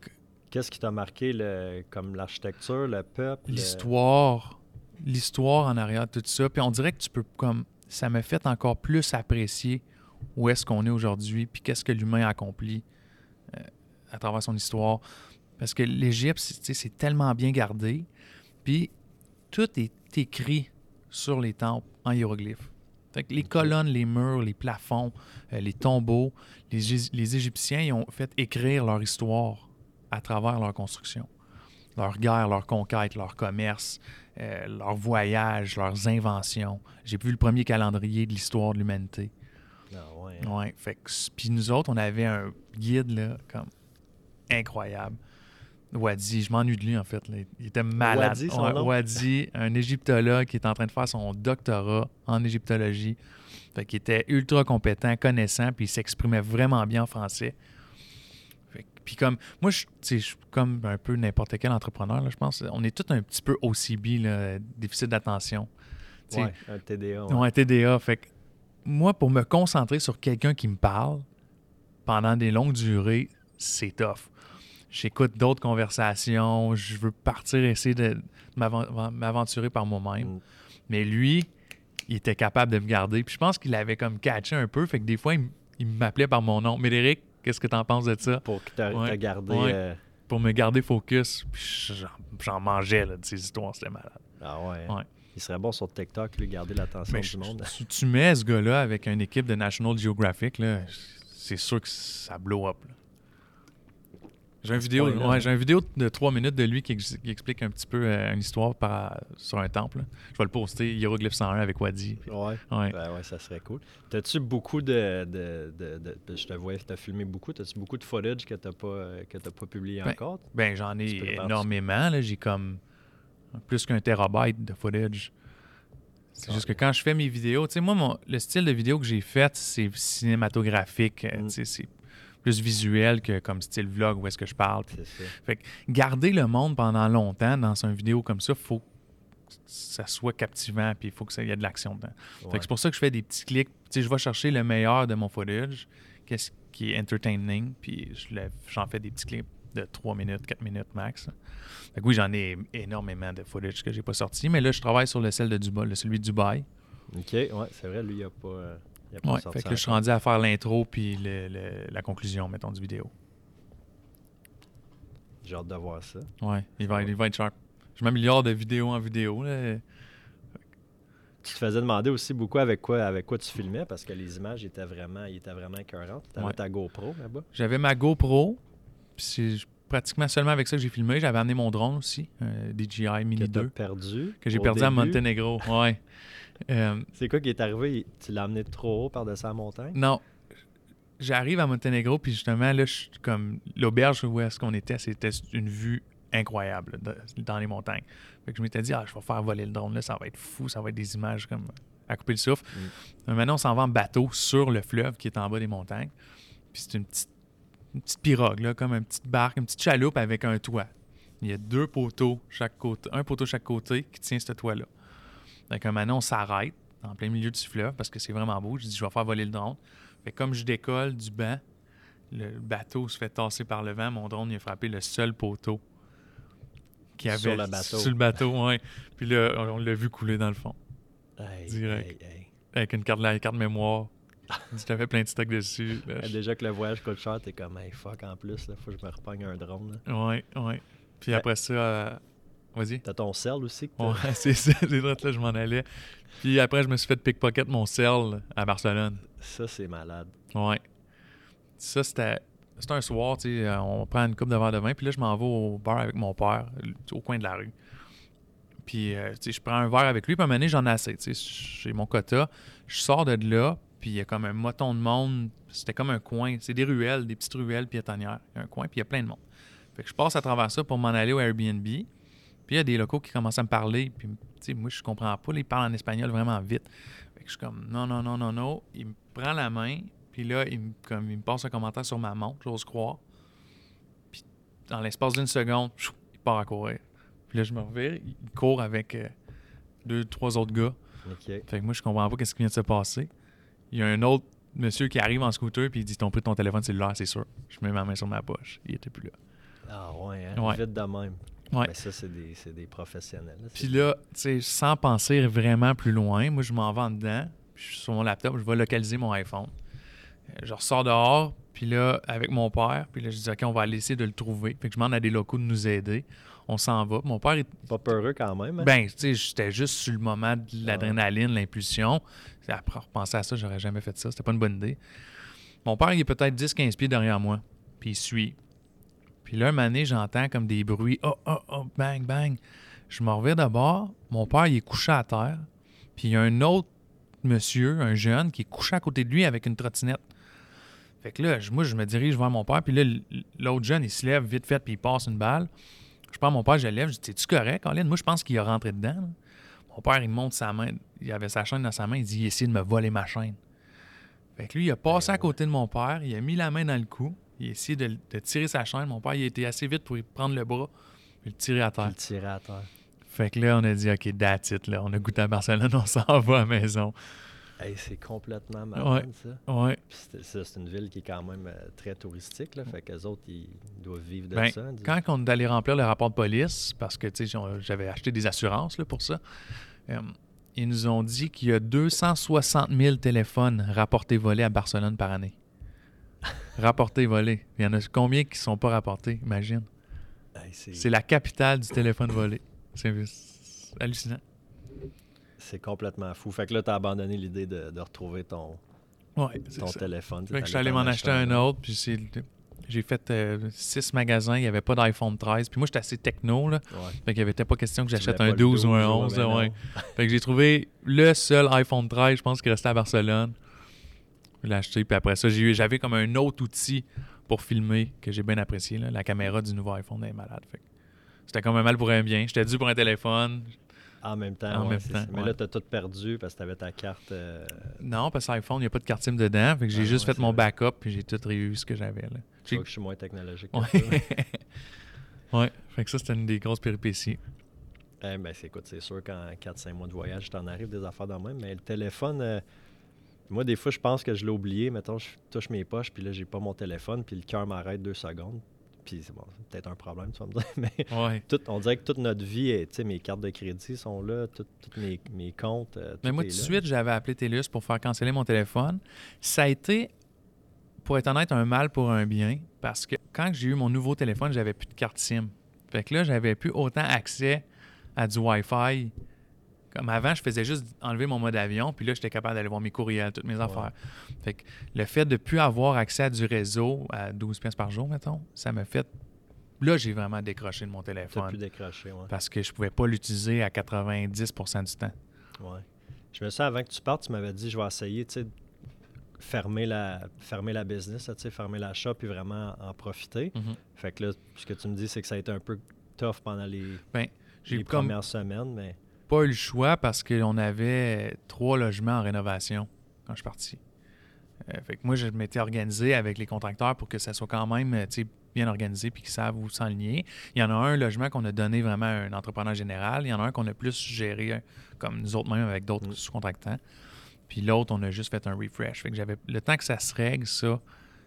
[SPEAKER 2] Qu'est-ce qui t'a marqué, le, comme l'architecture, le peuple?
[SPEAKER 3] L'histoire. Le... L'histoire en arrière de tout ça. Puis on dirait que tu peux comme... Ça m'a fait encore plus apprécier où est-ce qu'on est aujourd'hui, puis qu'est-ce que l'humain a accompli euh, à travers son histoire. Parce que l'Égypte, c'est, c'est tellement bien gardé. Puis tout est écrit sur les temples en hiéroglyphes. Fait que les okay. colonnes, les murs, les plafonds, euh, les tombeaux, les, les Égyptiens ils ont fait écrire leur histoire à travers leur construction. Leur guerre, leur conquête, leur commerce, euh, leurs voyages, leurs inventions. J'ai vu le premier calendrier de l'histoire de l'humanité.
[SPEAKER 2] Ah ouais.
[SPEAKER 3] Ouais, fait que... Puis nous autres, on avait un guide, là, comme incroyable. Wadi, je m'ennuie de lui, en fait. Là. Il était malade.
[SPEAKER 2] Wadi, son nom?
[SPEAKER 3] Wadi, un égyptologue qui est en train de faire son doctorat en égyptologie. Fait qu'il était ultra compétent, connaissant, puis il s'exprimait vraiment bien en français. Fait que, puis comme, moi, je suis comme un peu n'importe quel entrepreneur, là, je pense. On est tous un petit peu O C B, là, déficit d'attention. T'sais,
[SPEAKER 2] ouais, un T D A. Ouais.
[SPEAKER 3] ouais, un T D A. Fait que moi, pour me concentrer sur quelqu'un qui me parle pendant des longues durées, c'est tough. J'écoute d'autres conversations, je veux partir essayer de m'aventurer par moi-même. Mm. Mais lui, il était capable de me garder. Puis je pense qu'il avait comme catché un peu, fait que des fois, il, il m'appelait par mon nom. Médéric, qu'est-ce que t'en penses de ça?
[SPEAKER 2] Pour que t'as
[SPEAKER 3] ouais.
[SPEAKER 2] gardé...
[SPEAKER 3] Ouais.
[SPEAKER 2] Euh...
[SPEAKER 3] Pour me garder focus. Puis j'en, j'en mangeais là, de ces histoires, c'était malade.
[SPEAKER 2] Ah ouais?
[SPEAKER 3] Ouais.
[SPEAKER 2] Il serait bon sur TikTok, lui, garder l'attention
[SPEAKER 3] Mais
[SPEAKER 2] du
[SPEAKER 3] je,
[SPEAKER 2] monde.
[SPEAKER 3] Tu, tu mets ce gars-là avec une équipe de National Geographic, là, c'est sûr que ça blow up. Là. J'ai une vidéo,
[SPEAKER 2] là,
[SPEAKER 3] ouais, j'ai une vidéo de trois minutes de lui qui, ex- qui explique un petit peu euh, une histoire par, sur un temple. Là. Je vais le poster, Hiéroglyphe cent un avec Wadi. Puis...
[SPEAKER 2] Ouais.
[SPEAKER 3] Ouais.
[SPEAKER 2] Ben ouais, ça serait cool. T'as-tu beaucoup de... de, de, de, de je te voyais, t'as filmé beaucoup. T'as-tu beaucoup de footage que t'as pas, que t'as pas publié
[SPEAKER 3] ben,
[SPEAKER 2] encore?
[SPEAKER 3] Ben, j'en ai énormément. Là. J'ai comme plus qu'un terabyte de footage. C'est ah, juste que quand je fais mes vidéos, tu sais, moi, mon, le style de vidéo que j'ai fait, c'est cinématographique. Mm. Tu sais, c'est plus visuel que comme style vlog où est-ce que je parle. Puis, fait que garder le monde pendant longtemps dans une vidéo comme ça, il faut que ça soit captivant puis il faut qu'il y ait de l'action dedans. Ouais. Fait que c'est pour ça que je fais des petits clics. Tu sais, je vais chercher le meilleur de mon footage, qu'est-ce qui est entertaining, puis je le, j'en fais des petits clips de trois minutes, quatre minutes max. Fait que oui, j'en ai énormément de footage que j'ai pas sorti, mais là, je travaille sur le celle de Dubaï, celui de Dubaï.
[SPEAKER 2] OK, ouais, c'est vrai, lui, il a pas... Euh...
[SPEAKER 3] Oui, fait que là, je suis rendu à faire l'intro puis le, le, la conclusion, mettons, du vidéo.
[SPEAKER 2] J'ai hâte de voir ça.
[SPEAKER 3] Oui, il va, il va être sharp. Je m'améliore de vidéo en vidéo. Là.
[SPEAKER 2] Tu te faisais demander aussi beaucoup avec quoi, avec quoi tu filmais parce que les images étaient vraiment, étaient vraiment écœurantes. Tu avais ouais. ta GoPro là-bas?
[SPEAKER 3] J'avais ma GoPro, puis c'est pratiquement seulement avec ça que j'ai filmé. J'avais amené mon drone aussi, un D J I Mini
[SPEAKER 2] que
[SPEAKER 3] deux.
[SPEAKER 2] Perdu
[SPEAKER 3] que j'ai perdu début. À Monténégro. Ouais.
[SPEAKER 2] Euh, c'est quoi qui est arrivé? Tu l'as amené trop haut par-dessus la montagne?
[SPEAKER 3] Non. J'arrive à Monténégro, puis justement, là, je suis comme... L'auberge où est-ce qu'on était, c'était une vue incroyable là, de, dans les montagnes. Fait que je m'étais dit, ah, je vais faire voler le drone, là, ça va être fou, ça va être des images comme à couper le souffle. Mm. Maintenant, on s'en va en bateau sur le fleuve qui est en bas des montagnes. Puis c'est une petite, une petite pirogue, là, comme une petite barque, une petite chaloupe avec un toit. Il y a deux poteaux chaque côté, un poteau chaque côté qui tient ce toit-là. Donc, maintenant, on s'arrête en plein milieu du fleuve parce que c'est vraiment beau. Je dis, je vais faire voler le drone. Fait que comme je décolle du banc, le bateau se fait tasser par le vent. Mon drone, il a frappé le seul poteau qu'il y avait
[SPEAKER 2] sur le bateau.
[SPEAKER 3] Sur le bateau, oui. Puis là, on, on l'a vu couler dans le fond.
[SPEAKER 2] Hey,
[SPEAKER 3] direct.
[SPEAKER 2] Hey, hey.
[SPEAKER 3] Avec une carte, la carte mémoire. Je t'avais plein de stocks dessus. Là,
[SPEAKER 2] je... Déjà que le voyage coûte cher, t'es comme, hey, fuck, en plus, là, faut que je me repogne un drone.
[SPEAKER 3] Oui, oui. Puis après ça... Euh... Vas-y.
[SPEAKER 2] T'as ton cell aussi? Que
[SPEAKER 3] ouais, c'est ça. C'est vrai, là, je m'en allais. Puis après, je me suis fait pickpocket mon cell à Barcelone.
[SPEAKER 2] Ça, c'est malade.
[SPEAKER 3] Ouais. Ça, c'était... C'était un soir, tu sais, on prend une coupe de verre de vin, puis là, je m'en vais au bar avec mon père, au coin de la rue. Puis, euh, tu sais, je prends un verre avec lui, puis à un moment donné, j'en ai assez, tu sais, j'ai mon quota. Je sors de là, puis il y a comme un moton de monde. C'était comme un coin. C'est des ruelles, des petites ruelles piétonnières. Il y a un coin, puis il y a plein de monde. Fait que je passe à travers ça pour m'en aller au Airbnb. Puis il y a des locaux qui commencent à me parler. Puis, tu sais, moi, je comprends pas. Là, ils parlent en espagnol vraiment vite. Fait que je suis comme, non, non, non, non, non. Il me prend la main. Puis là, il me, comme, il me passe un commentaire sur ma montre, j'ose croire. Puis dans l'espace d'une seconde, chou, il part à courir. Puis là, je me revire. Il court avec euh, deux, trois autres gars.
[SPEAKER 2] Okay.
[SPEAKER 3] Fait que moi, je comprends pas qu'est-ce qui vient de se passer. Il y a un autre monsieur qui arrive en scooter. Puis il dit, t'as pris ton téléphone cellulaire, c'est sûr. Je mets ma main sur ma poche. Il était plus là.
[SPEAKER 2] Ah ouais, hein?
[SPEAKER 3] Ouais.
[SPEAKER 2] Vite de même.
[SPEAKER 3] Ouais.
[SPEAKER 2] Mais ça, c'est des, c'est des professionnels. Là.
[SPEAKER 3] Puis là, tu sais, sans penser vraiment plus loin, moi, je m'en vais en dedans, puis je suis sur mon laptop, je vais localiser mon iPhone. Je ressors dehors, puis là, avec mon père, puis là, je dis, OK, on va aller essayer de le trouver. Fait que je demande à des locaux de nous aider. On s'en va. Mon père est...
[SPEAKER 2] Pas peureux quand même. Hein?
[SPEAKER 3] Ben, tu sais, j'étais juste sur le moment de l'adrénaline, l'impulsion. Après repenser à ça, j'aurais jamais fait ça. C'était pas une bonne idée. Mon père, il est peut-être dix quinze pieds derrière moi, puis il suit. Puis là, un moment donné, j'entends comme des bruits. Oh, oh, oh, bang, bang. Je me reviens d'abord. Mon père, il est couché à terre. Puis il y a un autre monsieur, un jeune, qui est couché à côté de lui avec une trottinette. Fait que là, moi, je me dirige vers mon père. Puis là, l'autre jeune, il se lève vite fait, puis il passe une balle. Je prends mon père, je le lève. Je dis, t'es-tu correct, Colin? Moi, je pense qu'il est rentré dedans. Là. Mon père, il monte sa main. Il avait sa chaîne dans sa main. Il dit, il essaie de me voler ma chaîne. Fait que lui, il a passé à côté de mon père. Il a mis la main dans le cou. Il a essayé de, de tirer sa chaîne. Mon père, il a été assez vite pour lui prendre le bras et le tirer à terre.
[SPEAKER 2] Puis le tirer à terre.
[SPEAKER 3] Fait que là, on a dit, OK, that's it. Là. On a goûté à Barcelone, on s'en va à la maison.
[SPEAKER 2] Hey, c'est complètement malade,
[SPEAKER 3] Ouais.
[SPEAKER 2] ça.
[SPEAKER 3] Ouais.
[SPEAKER 2] Puis c'est, ça, c'est une ville qui est quand même euh, très touristique. Là, fait qu'eux autres, ils doivent vivre de
[SPEAKER 3] Ben,
[SPEAKER 2] ça. Dis-
[SPEAKER 3] quand on est allé remplir le rapport de police, parce que tu sais, j'avais acheté des assurances là, pour ça, euh, ils nous ont dit qu'il y a deux cent soixante mille téléphones rapportés volés à Barcelone par année. Rapportés volés. Il y en a combien qui ne sont pas rapportés, imagine.
[SPEAKER 2] Hey, c'est...
[SPEAKER 3] C'est la capitale du téléphone volé. C'est, c'est hallucinant.
[SPEAKER 2] c'est complètement fou. Fait que là, tu as abandonné l'idée de, de retrouver ton,
[SPEAKER 3] Ouais, c'est
[SPEAKER 2] ton
[SPEAKER 3] ça.
[SPEAKER 2] téléphone.
[SPEAKER 3] Fait que je suis allé m'en acheter un autre, puis c'est... J'ai fait euh, six magasins, il n'y avait pas d'iPhone treize. Puis moi, j'étais assez techno, là.
[SPEAKER 2] Ouais.
[SPEAKER 3] Fait qu'il n'y avait pas question que
[SPEAKER 2] Tu
[SPEAKER 3] j'achète
[SPEAKER 2] voulais
[SPEAKER 3] un
[SPEAKER 2] pas le
[SPEAKER 3] douze ou un
[SPEAKER 2] douze,
[SPEAKER 3] onze.
[SPEAKER 2] ouais,
[SPEAKER 3] là,
[SPEAKER 2] ben
[SPEAKER 3] ouais.
[SPEAKER 2] non.
[SPEAKER 3] Fait que j'ai trouvé le seul iPhone treize, je pense, qui restait à Barcelone. Je l'ai acheté. Puis après ça, j'ai eu, j'avais comme un autre outil pour filmer que j'ai bien apprécié. Là. La caméra du nouveau iPhone est malade. Fait que c'était comme un mal pour un bien. J'étais dû pour un téléphone.
[SPEAKER 2] En même temps,
[SPEAKER 3] En
[SPEAKER 2] ouais,
[SPEAKER 3] même
[SPEAKER 2] c'est
[SPEAKER 3] temps,
[SPEAKER 2] ça. Mais
[SPEAKER 3] ouais.
[SPEAKER 2] là, tu as tout perdu parce que tu avais ta carte. euh,
[SPEAKER 3] Non, parce que l'iPhone, il n'y a pas de carte SIM dedans. Fait que j'ai
[SPEAKER 2] Ah,
[SPEAKER 3] juste
[SPEAKER 2] ouais,
[SPEAKER 3] fait mon
[SPEAKER 2] c'est vrai.
[SPEAKER 3] backup puis j'ai tout réussi ce que j'avais. Là.
[SPEAKER 2] Tu vois que je suis moins technologique que
[SPEAKER 3] Ouais.
[SPEAKER 2] toi.
[SPEAKER 3] Ouais. Fait que ça, c'était une des grosses péripéties.
[SPEAKER 2] Eh ben, c'est, écoute, c'est sûr qu'en quatre cinq mois de voyage, t'en arrives des affaires dans le même. Mais le téléphone, euh, moi, des fois, je pense que je l'ai oublié. Mettons, je touche mes poches, puis là, j'ai pas mon téléphone, puis le cœur m'arrête deux secondes. Puis c'est bon, c'est peut-être un problème, tu vas me dire. Mais
[SPEAKER 3] Ouais.
[SPEAKER 2] tout, on dirait que toute notre vie, est- tu sais, mes cartes de crédit sont là, tous mes, mes comptes. euh,
[SPEAKER 3] Mais
[SPEAKER 2] tout
[SPEAKER 3] moi,
[SPEAKER 2] est
[SPEAKER 3] tout de
[SPEAKER 2] là.
[SPEAKER 3] suite, j'avais appelé TELUS pour faire canceller mon téléphone. Ça a été, pour être honnête, un mal pour un bien. Parce que quand j'ai eu mon nouveau téléphone, j'avais plus de carte SIM. Fait que là, j'avais plus autant accès à du Wi-Fi. Comme avant, je faisais juste enlever mon mode avion, puis là, j'étais capable d'aller voir mes courriels, toutes mes affaires. Fait que le fait de ne plus avoir accès à du réseau à douze pièces par jour, mettons, ça m'a fait... Là, j'ai vraiment décroché de mon
[SPEAKER 2] T'as
[SPEAKER 3] téléphone.
[SPEAKER 2] pu décrocher, ouais.
[SPEAKER 3] Parce que je pouvais pas l'utiliser à quatre-vingt-dix pour cent du temps.
[SPEAKER 2] Ouais. Je me souviens, avant que tu partes, tu m'avais dit, je vais essayer, tu sais, fermer la, fermer la business, là, tu sais, fermer la shop, puis vraiment en profiter.
[SPEAKER 3] Mhm.
[SPEAKER 2] Fait que là, ce que tu me dis, c'est que ça a été un peu tough pendant les,
[SPEAKER 3] Ben, j'ai
[SPEAKER 2] les
[SPEAKER 3] comme
[SPEAKER 2] premières semaines, mais
[SPEAKER 3] pas eu le choix parce qu'on avait trois logements en rénovation quand je suis parti. Euh, fait que moi, je m'étais organisé avec les contracteurs pour que ça soit quand même euh, tu sais, bien organisé puis qu'ils savent où s'enligner. Il y en a un logement qu'on a donné vraiment à un entrepreneur général. Il y en a un qu'on a plus géré euh, comme nous autres même avec d'autres
[SPEAKER 2] Mm.
[SPEAKER 3] sous-contractants. Puis l'autre, on a juste fait un refresh. Fait que j'avais le temps que ça se règle, ça, euh,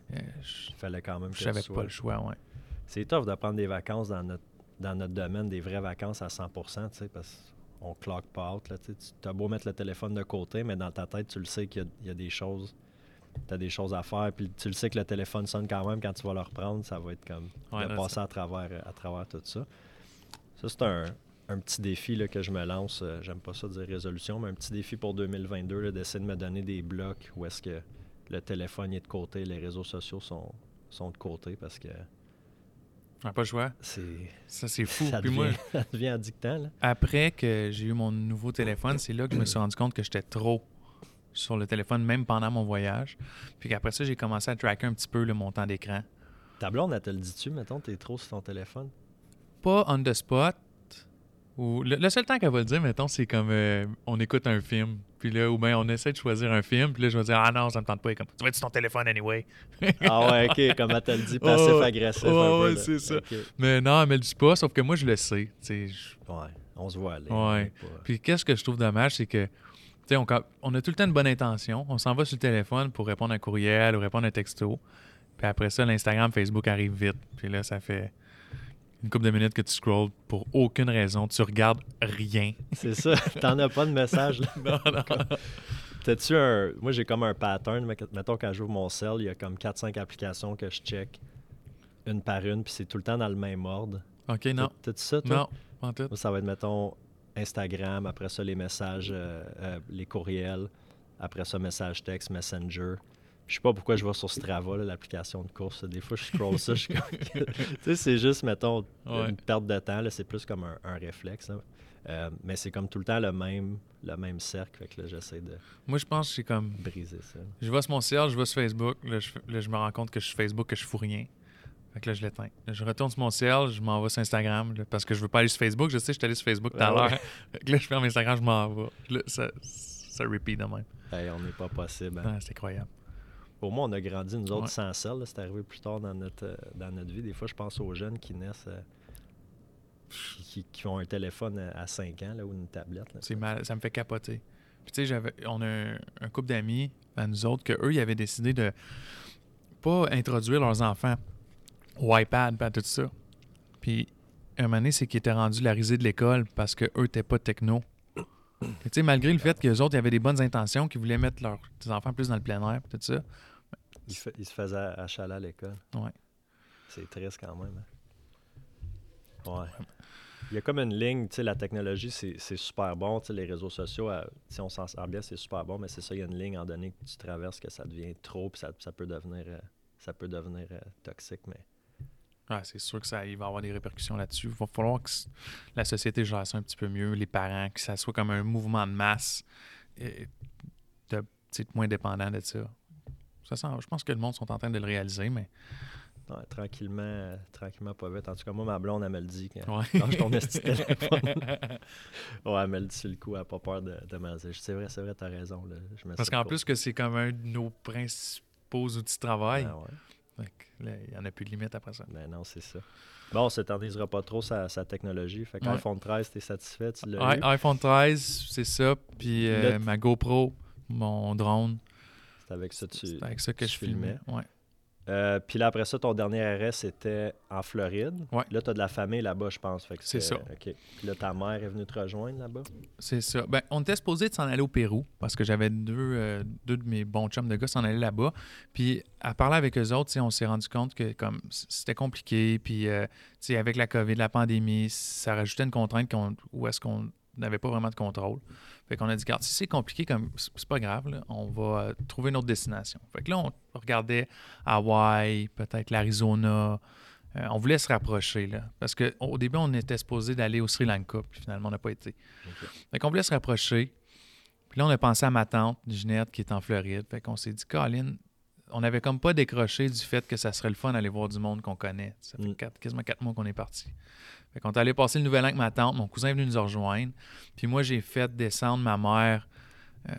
[SPEAKER 3] je
[SPEAKER 2] il fallait quand même que
[SPEAKER 3] n'avais
[SPEAKER 2] tu sois-
[SPEAKER 3] pas le choix. Ouais.
[SPEAKER 2] C'est tough de prendre des vacances dans notre, dans notre domaine, des vraies vacances à cent pour cent, tu sais, parce qu'on clock pas out, là, tu as beau mettre le téléphone de côté, mais dans ta tête, tu le sais qu'il y a, il y a des choses, tu as des choses à faire, puis tu le sais que le téléphone sonne quand même, quand tu vas le reprendre, ça va être comme
[SPEAKER 3] Ouais,
[SPEAKER 2] de
[SPEAKER 3] là,
[SPEAKER 2] passer à travers, à travers tout ça. Ça, c'est un, un petit défi là, que je me lance, euh, j'aime pas ça dire résolution, mais un petit défi pour deux mille vingt-deux, là, d'essayer de me donner des blocs où est-ce que le téléphone est de côté, les réseaux sociaux sont, sont de côté, parce que
[SPEAKER 3] On n'a pas le choix.
[SPEAKER 2] c'est...
[SPEAKER 3] Ça, c'est fou.
[SPEAKER 2] Ça
[SPEAKER 3] Puis
[SPEAKER 2] devient,
[SPEAKER 3] moi,
[SPEAKER 2] ça devient addictant, là.
[SPEAKER 3] après que j'ai eu mon nouveau téléphone, c'est là que je me suis rendu compte que j'étais trop sur le téléphone, même pendant mon voyage. Puis qu'après ça, j'ai commencé à tracker un petit peu le montant d'écran.
[SPEAKER 2] Ta blonde, elle te le dit-tu, mettons, t'es trop sur ton téléphone?
[SPEAKER 3] Pas on the spot. Ou le, le seul temps qu'elle va le dire, mettons, c'est comme euh, on écoute un film. Puis là, ou bien on essaie de choisir un film. Puis là, je vais dire, ah non, ça me tente pas. Et comme, tu vas être sur ton téléphone anyway.
[SPEAKER 2] Ah ouais, OK, comme elle te le dit,
[SPEAKER 3] Oh, ouais.
[SPEAKER 2] passif-agressif.
[SPEAKER 3] Oh,
[SPEAKER 2] un peu,
[SPEAKER 3] ouais,
[SPEAKER 2] là.
[SPEAKER 3] c'est ça.
[SPEAKER 2] OK.
[SPEAKER 3] Mais non, elle me le dit pas, sauf que moi, je le sais. Tu sais, je-
[SPEAKER 2] Ouais, on se voit aller.
[SPEAKER 3] Ouais.
[SPEAKER 2] on est pas-
[SPEAKER 3] Puis qu'est-ce que je trouve dommage, c'est que, tu sais, on, on a tout le temps une bonne intention. On s'en va sur le téléphone pour répondre à un courriel ou répondre à un texto. Puis après ça, l'Instagram, Facebook arrive vite. Puis là, ça fait... une couple de minutes que tu scrolls pour aucune raison. Tu regardes rien.
[SPEAKER 2] C'est ça. T'en as pas de message, là.
[SPEAKER 3] Non, non.
[SPEAKER 2] T'as-tu un... Moi, j'ai comme un pattern. Mettons, quand j'ouvre mon cell, il y a comme quatre cinq applications que je check une par une, puis c'est tout le temps dans le même ordre.
[SPEAKER 3] OK, non.
[SPEAKER 2] T'as- T'as-tu ça, toi?
[SPEAKER 3] Non, pas en tout.
[SPEAKER 2] Moi, ça va être, mettons, Instagram, après ça, les messages, euh, euh, les courriels, après ça, message texte, Messenger. Je sais pas pourquoi je vais sur Strava, là, l'application de course. Des fois, je scroll ça, je suis comme... Tu sais, c'est juste, mettons,
[SPEAKER 3] Ouais.
[SPEAKER 2] une perte de temps. Là, c'est plus comme un, un réflexe. Là. Euh, mais c'est comme tout le temps le même, le même cercle. Fait que là, j'essaie de
[SPEAKER 3] Moi, je pense que c'est comme...
[SPEAKER 2] briser ça.
[SPEAKER 3] Je vais sur mon ciel, je vais sur Facebook. Là je, là, je me rends compte que je suis Facebook, que je fous rien. Fait que là, je l'éteins. Là, je retourne sur mon ciel, je m'en vais sur Instagram. Là, parce que je veux pas aller sur Facebook. Je sais, je suis allé sur Facebook tout à
[SPEAKER 2] Ah
[SPEAKER 3] l'heure.
[SPEAKER 2] ouais.
[SPEAKER 3] Fait que là, je ferme Instagram, je m'en vais. Là, ça, ça repeat de même.
[SPEAKER 2] Hey, on n'est pas possible. Hein.
[SPEAKER 3] Ah, c'est incroyable.
[SPEAKER 2] Au moins, on a grandi, nous autres,
[SPEAKER 3] Ouais.
[SPEAKER 2] sans cell. là. C'est arrivé plus tard dans notre, euh, dans notre vie. Des fois, je pense aux jeunes qui naissent, euh, qui, qui- qui ont un téléphone à, à cinq ans là, ou une tablette. Là.
[SPEAKER 3] C'est mal, ça me fait capoter. Puis tu sais, j'avais, on a un, un couple d'amis à nous autres que eux, ils avaient décidé de pas introduire leurs enfants au iPad, pas tout ça. Puis un moment donné, c'est qu'ils étaient rendus la risée de l'école parce qu'eux n'étaient pas techno. Tu sais, malgré le fait qu'eux autres, ils avaient des bonnes intentions, qu'ils voulaient mettre leurs petits enfants plus dans le plein air, pis tout ça.
[SPEAKER 2] Ils, fa- ils se faisaient achaler à l'école.
[SPEAKER 3] Ouais.
[SPEAKER 2] C'est triste quand même. Hein? Ouais. Il y a comme une ligne, tu sais, la technologie, c'est, c'est super bon. Tu sais, les réseaux sociaux, euh, si on s'en sert bien, c'est super bon, mais c'est ça, il y a une ligne en donné que tu traverses que ça devient trop, puis ça, ça peut devenir, euh, ça peut devenir euh, toxique. Mais
[SPEAKER 3] Ouais, c'est sûr que ça il va y avoir des répercussions là-dessus. Il va falloir que c- la société gère ça un petit peu mieux, les parents, que ça soit comme un mouvement de masse, et de, tu sais, moins dépendant de ça. Ça sent- je pense que le monde sont en train de le réaliser, mais
[SPEAKER 2] ouais, tranquillement, euh, tranquillement, pas vite. En tout cas, moi, ma blonde, elle me le dit quand,
[SPEAKER 3] ouais.
[SPEAKER 2] quand je tombe sur ce téléphone. Ouais, elle me le dit sur le coup, elle n'a pas peur de, de me le dire. C'est vrai, c'est vrai, t'as raison. Là. Je me
[SPEAKER 3] Parce
[SPEAKER 2] sais
[SPEAKER 3] qu'en
[SPEAKER 2] pas.
[SPEAKER 3] plus que c'est comme un de nos principaux outils de travail.
[SPEAKER 2] Ah ouais.
[SPEAKER 3] Fait que là, il n'y en a plus de limite après ça.
[SPEAKER 2] Ben non, c'est ça. Bon, on s'éternisera pas trop sa, sa technologie. Fait que
[SPEAKER 3] Ouais.
[SPEAKER 2] l'iPhone treize, t'es satisfait? Tu l'as
[SPEAKER 3] Ouais,
[SPEAKER 2] eu?
[SPEAKER 3] iPhone treize, c'est ça. Puis euh,
[SPEAKER 2] Là,
[SPEAKER 3] ma GoPro, mon drone,
[SPEAKER 2] C'est avec ça que tu...
[SPEAKER 3] c'est avec ça que
[SPEAKER 2] tu
[SPEAKER 3] je filmais. Ouais.
[SPEAKER 2] Euh, puis là, après ça, ton dernier arrêt, c'était en Floride.
[SPEAKER 3] Ouais.
[SPEAKER 2] Là, tu as de la famille là-bas, je pense. Fait que
[SPEAKER 3] C'est ça.
[SPEAKER 2] OK. Puis là, ta mère est venue te rejoindre là-bas?
[SPEAKER 3] C'est ça. Ben, on était supposé de s'en aller au Pérou parce que j'avais deux, euh, deux de mes bons chums de gars s'en aller là-bas. Puis à parler avec eux autres, tu sais, on s'est rendu compte que comme c- c'était compliqué. Puis euh, tu sais, avec la COVID, la pandémie, ça rajoutait une contrainte qu'on, où est-ce qu'on n'avait pas vraiment de contrôle. Fait qu'on a dit, regarde, si c'est compliqué, comme c'est c'est pas grave, là, on va euh, trouver une autre destination. Fait que là, on regardait Hawaï, peut-être l'Arizona. Euh, on voulait se rapprocher, là. Parce qu'au début, on était supposé d'aller au Sri Lanka, puis finalement, on n'a pas été.
[SPEAKER 2] OK.
[SPEAKER 3] Fait qu'on voulait se rapprocher. Puis là, on a pensé à ma tante, Ginette, qui est en Floride. Fait qu'on s'est dit, Colin, on n'avait comme pas décroché du fait que ça serait le fun d'aller voir du monde qu'on connaît. Ça fait
[SPEAKER 2] Mm.
[SPEAKER 3] quatre- quasiment quatre mois qu'on est parti. Fait qu'on est allé passer le nouvel an avec ma tante. Mon cousin est venu nous rejoindre. Puis moi, j'ai fait descendre ma mère euh,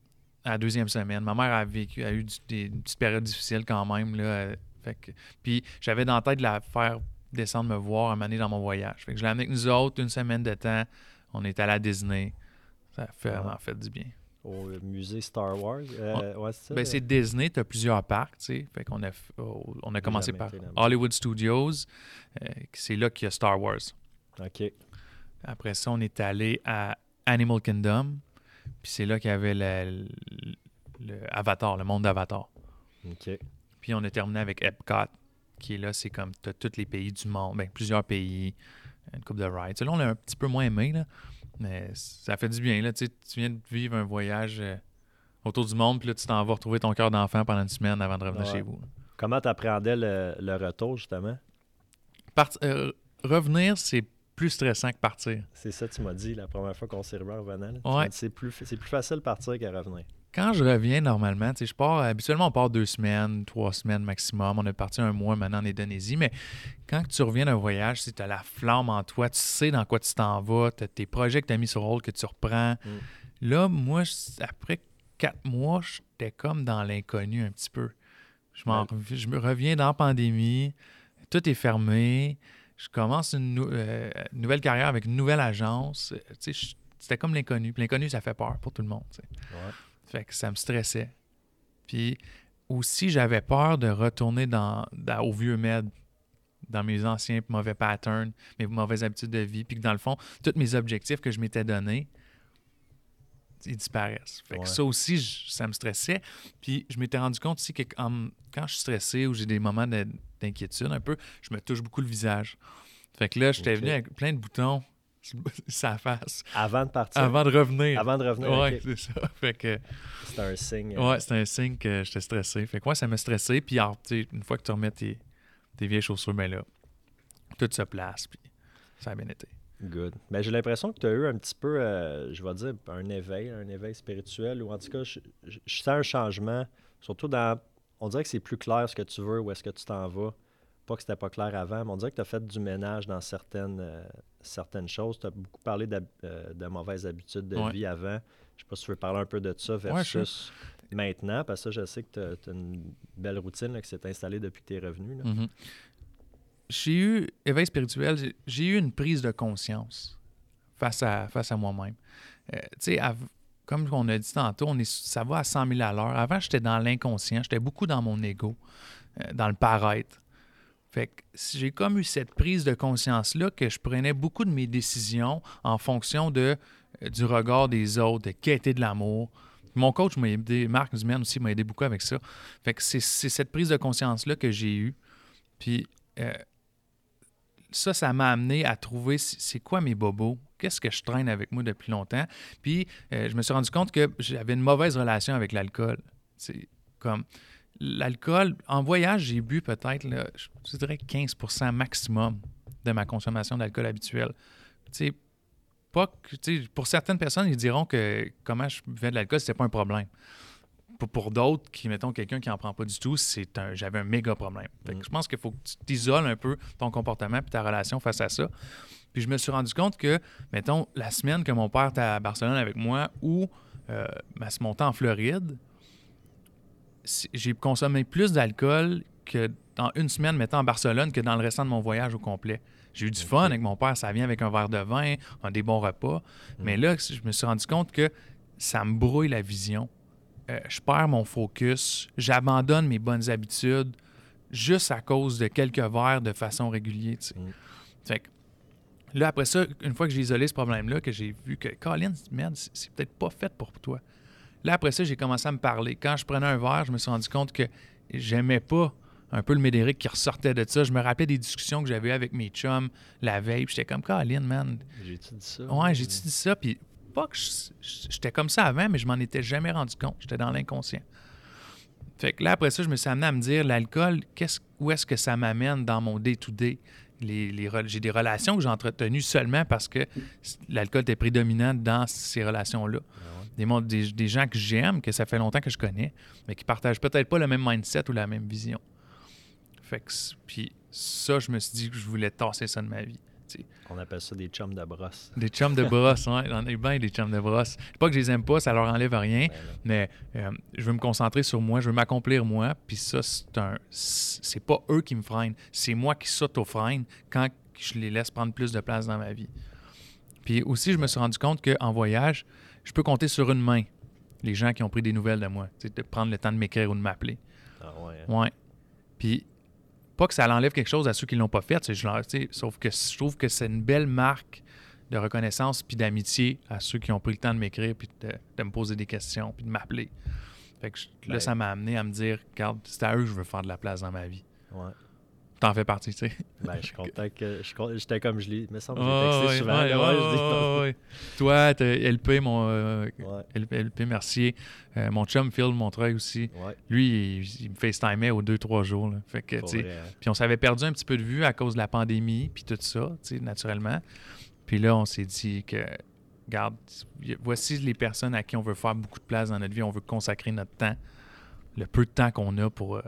[SPEAKER 3] à la deuxième semaine. Ma mère a vécu, a eu du- des, une petite période difficile quand même. Là. Euh, Fait que, puis j'avais dans la tête de la faire descendre me voir un moment donné dans mon voyage. Fait que je l'ai amené avec nous autres une semaine de temps. On est allé à Disney. Ça a fait, vraiment fait du bien.
[SPEAKER 2] Au musée Star Wars? Euh, ouais, c'est ça?
[SPEAKER 3] Ben, c'est Disney, tu as plusieurs parcs, tu sais. Fait qu'on a, f- oh, on a commencé
[SPEAKER 2] jamais
[SPEAKER 3] par
[SPEAKER 2] été là-bas.
[SPEAKER 3] Hollywood Studios. euh, c'est là qu'il y a Star Wars.
[SPEAKER 2] OK.
[SPEAKER 3] Après ça, on est allé à Animal Kingdom. Puis c'est là qu'il y avait le, le- le Avatar, le monde d'Avatar.
[SPEAKER 2] OK.
[SPEAKER 3] Puis on a terminé avec Epcot, qui est là, c'est comme tu as tous les pays du monde, ben, plusieurs pays, une couple de rides. Là, on l'a un petit peu moins aimé, là, mais ça fait du bien. Là, tu sais, tu viens de vivre un voyage euh, autour du monde, puis là, tu t'en vas retrouver ton cœur d'enfant pendant une semaine avant de revenir
[SPEAKER 2] Ouais.
[SPEAKER 3] chez vous. là.
[SPEAKER 2] Comment t'appréhendais le, le retour, justement?
[SPEAKER 3] Part- euh, revenir, c'est plus stressant que partir.
[SPEAKER 2] C'est ça que tu m'as dit la première fois qu'on s'est revu en revenant. là. Tu
[SPEAKER 3] Ouais.
[SPEAKER 2] m'as dit, c'est plus, c'est plus facile de partir qu'à revenir.
[SPEAKER 3] Quand je reviens, normalement, tu sais, je pars, habituellement, on part deux semaines, trois semaines maximum. On est parti un mois maintenant en Indonésie, mais quand tu reviens d'un voyage, tu as la flamme en toi, tu sais dans quoi tu t'en vas, tu as tes projets que tu as mis sur hold que tu reprends.
[SPEAKER 2] Mm.
[SPEAKER 3] Là, moi, je- après quatre mois, j'étais comme dans l'inconnu un petit peu. Je, m'en
[SPEAKER 2] Ouais.
[SPEAKER 3] rev- je me reviens dans la pandémie, tout est fermé, je commence une nou- euh, nouvelle carrière avec une nouvelle agence. Euh, tu sais, je- c'était comme l'inconnu. Puis l'inconnu, ça fait peur pour tout le monde, tu sais.
[SPEAKER 2] Ouais.
[SPEAKER 3] Fait que ça me stressait. Puis aussi, j'avais peur de retourner dans, dans- au vieux med dans mes anciens mauvais patterns, mes mauvaises habitudes de vie, puis que dans le fond, tous mes objectifs que je m'étais donnés, ils disparaissent. Fait que
[SPEAKER 2] Ouais.
[SPEAKER 3] ça aussi, je- ça me stressait. Puis je m'étais rendu compte aussi que quand, quand je suis stressé ou j'ai des moments de- d'inquiétude un peu, je me touche beaucoup le visage. Fait que là, j'étais
[SPEAKER 2] Ok.
[SPEAKER 3] venu avec plein de boutons sur sa face
[SPEAKER 2] Avant de partir?
[SPEAKER 3] avant de revenir.
[SPEAKER 2] Avant de revenir,
[SPEAKER 3] Ouais,
[SPEAKER 2] ok.
[SPEAKER 3] c'est ça. Fait que,
[SPEAKER 2] C'était un signe. euh,
[SPEAKER 3] ouais, c'était un signe que j'étais stressé. Fait que ouais, ça m'a stressé. Puis alors, tu sais, une fois que tu remets tes, tes vieilles chaussures, ben là, tout se place. Puis ça a bien été.
[SPEAKER 2] Good. Ben, j'ai l'impression que tu as eu un petit peu, euh, je vais dire, un éveil, un éveil spirituel, ou en tout cas, je, je- je sens un changement, surtout dans, on dirait que c'est plus clair ce que tu veux, où est-ce que tu t'en vas. Pas que c'était pas clair avant, mais on dirait que tu as fait du ménage dans certaines, euh, certaines choses. Tu as beaucoup parlé d'hab- euh, de mauvaises habitudes de
[SPEAKER 3] Ouais.
[SPEAKER 2] vie avant. Je sais pas si tu veux parler un peu de ça
[SPEAKER 3] Ouais,
[SPEAKER 2] versus maintenant, parce que ça, je sais que tu as une belle routine là, qui s'est installée depuis que tu es revenu. Là.
[SPEAKER 3] Mhm. J'ai eu, éveil spirituel, j'ai- j'ai eu une prise de conscience face à, face à moi-même. Euh, tu sais, av- comme on a dit tantôt, on est, ça va à cent mille à l'heure. Avant, j'étais dans l'inconscient, j'étais beaucoup dans mon ego, euh, dans le paraître. Fait que si j'ai comme eu cette prise de conscience-là que je prenais beaucoup de mes décisions en fonction de, euh, du regard des autres, de quêter de l'amour. Mon coach m'a aidé, Marc Dumaine aussi m'a aidé beaucoup avec ça. Fait que c'est, c'est cette prise de conscience-là que j'ai eue. Puis euh, ça, ça m'a amené à trouver c- c'est quoi mes bobos, qu'est-ce que je traîne avec moi depuis longtemps. Puis euh, je me suis rendu compte que j'avais une mauvaise relation avec l'alcool. C'est comme l'alcool, en voyage, j'ai bu peut-être, là, je dirais quinze pour cent maximum de ma consommation d'alcool habituelle. Tu sais, pas que, tu sais, pour certaines personnes, ils diront que comment je buvais de l'alcool, c'était pas un problème. Pour, pour d'autres, qui, mettons, quelqu'un qui n'en prend pas du tout, c'est un, j'avais un méga problème. Fait que
[SPEAKER 2] Mm.
[SPEAKER 3] je pense qu'il faut que tu t'isoles un peu ton comportement puis ta relation face à ça. Puis je me suis rendu compte que, mettons, la semaine que mon père était à Barcelone avec moi ou euh, ben, ce mon temps en Floride, c'est- j'ai consommé plus d'alcool que dans une semaine, mettons, en Barcelone, que dans le restant de mon voyage au complet. J'ai eu du
[SPEAKER 2] Ok.
[SPEAKER 3] fun avec mon père, ça vient avec un verre de vin, un des bons repas.
[SPEAKER 2] Mm.
[SPEAKER 3] Mais là, je me suis rendu compte que ça me brouille la vision. Euh, je perds mon focus, j'abandonne mes bonnes habitudes juste à cause de quelques verres de façon régulière. Tu sais.
[SPEAKER 2] Mm.
[SPEAKER 3] Fait que là, après ça, une fois que j'ai isolé ce problème-là, que j'ai vu que, Colin, merde, c'est c'est peut-être pas fait pour toi. Là, après ça, j'ai commencé à me parler. Quand je prenais un verre, je me suis rendu compte que j'aimais pas un peu le Médéric qui ressortait de ça. Je me rappelais des discussions que j'avais eu avec mes chums la veille. Puis j'étais comme, Colin, man.
[SPEAKER 2] J'ai-tu dit ça?
[SPEAKER 3] Ouais, j'ai-tu dit ça? Puis pas que je- je- j'étais comme ça avant, mais je m'en étais jamais rendu compte. J'étais dans l'inconscient. Fait que là, après ça, je me suis amené à me dire, l'alcool, qu'est-ce, où est-ce que ça m'amène dans mon day-to-day? Les, les re- j'ai des relations que j'ai entretenues seulement parce que l'alcool était prédominant dans ces relations-là.
[SPEAKER 2] Ah ouais.
[SPEAKER 3] Des, mon- des, des gens que j'aime, que ça fait longtemps que je connais, mais qui partagent peut-être pas le même mindset ou la même vision. Fait que, c- puis ça, je me suis dit que je voulais tasser ça de ma vie. tu sais.
[SPEAKER 2] On appelle ça des chums de brosse.
[SPEAKER 3] Des chums de brosse, ouais. J'en ai bien des chums de brosse. Pas que je les aime pas, ça leur enlève rien,
[SPEAKER 2] Ben là.
[SPEAKER 3] mais euh, je veux me concentrer sur moi, je veux m'accomplir moi, puis ça, c'est un... C'est pas eux qui me freinent, c'est moi qui s'auto-freine quand je les laisse prendre plus de place dans ma vie. Puis aussi, je me suis rendu compte qu'en voyage, je peux compter sur une main les gens qui ont pris des nouvelles de moi, tu sais, de prendre le temps de m'écrire ou de m'appeler.
[SPEAKER 2] Ah ouais. hein.
[SPEAKER 3] Ouais. Puis, pas que ça enlève quelque chose à ceux qui ne l'ont pas fait, tu sais, je leur- tu sais, sauf que je trouve que c'est une belle marque de reconnaissance puis d'amitié à ceux qui ont pris le temps de m'écrire puis de, de me poser des questions puis de m'appeler. Fait que je- là,
[SPEAKER 2] Ben-
[SPEAKER 3] ça m'a amené à me dire, regarde, c'est à eux que je veux faire de la place dans ma vie.
[SPEAKER 2] Ouais.
[SPEAKER 3] T'en fais partie, tu sais.
[SPEAKER 2] Ben, je suis content que. je suis con- J'étais comme je l'ai. Il me semble que
[SPEAKER 3] Ah,
[SPEAKER 2] j'ai texté
[SPEAKER 3] ouais,
[SPEAKER 2] souvent.
[SPEAKER 3] ouais,
[SPEAKER 2] là,
[SPEAKER 3] ouais,
[SPEAKER 2] ouais, je dis-
[SPEAKER 3] ouais, ouais. Toi, t'as L P, mon euh,
[SPEAKER 2] Ouais,
[SPEAKER 3] L P, L P Mercier, euh, mon chum Phil Montreuil aussi.
[SPEAKER 2] ouais.
[SPEAKER 3] Lui, il, il me FaceTimait aux deux, trois jours. Là. Fait que,
[SPEAKER 2] Pour
[SPEAKER 3] tu sais,
[SPEAKER 2] vrai, hein.
[SPEAKER 3] puis on s'avait perdu un petit peu de vue à cause de la pandémie, puis tout ça, tu sais, naturellement. Puis là, on s'est dit que, regarde, y- voici les personnes à qui on veut faire beaucoup de place dans notre vie, on veut consacrer notre temps, le peu de temps qu'on a pour, euh,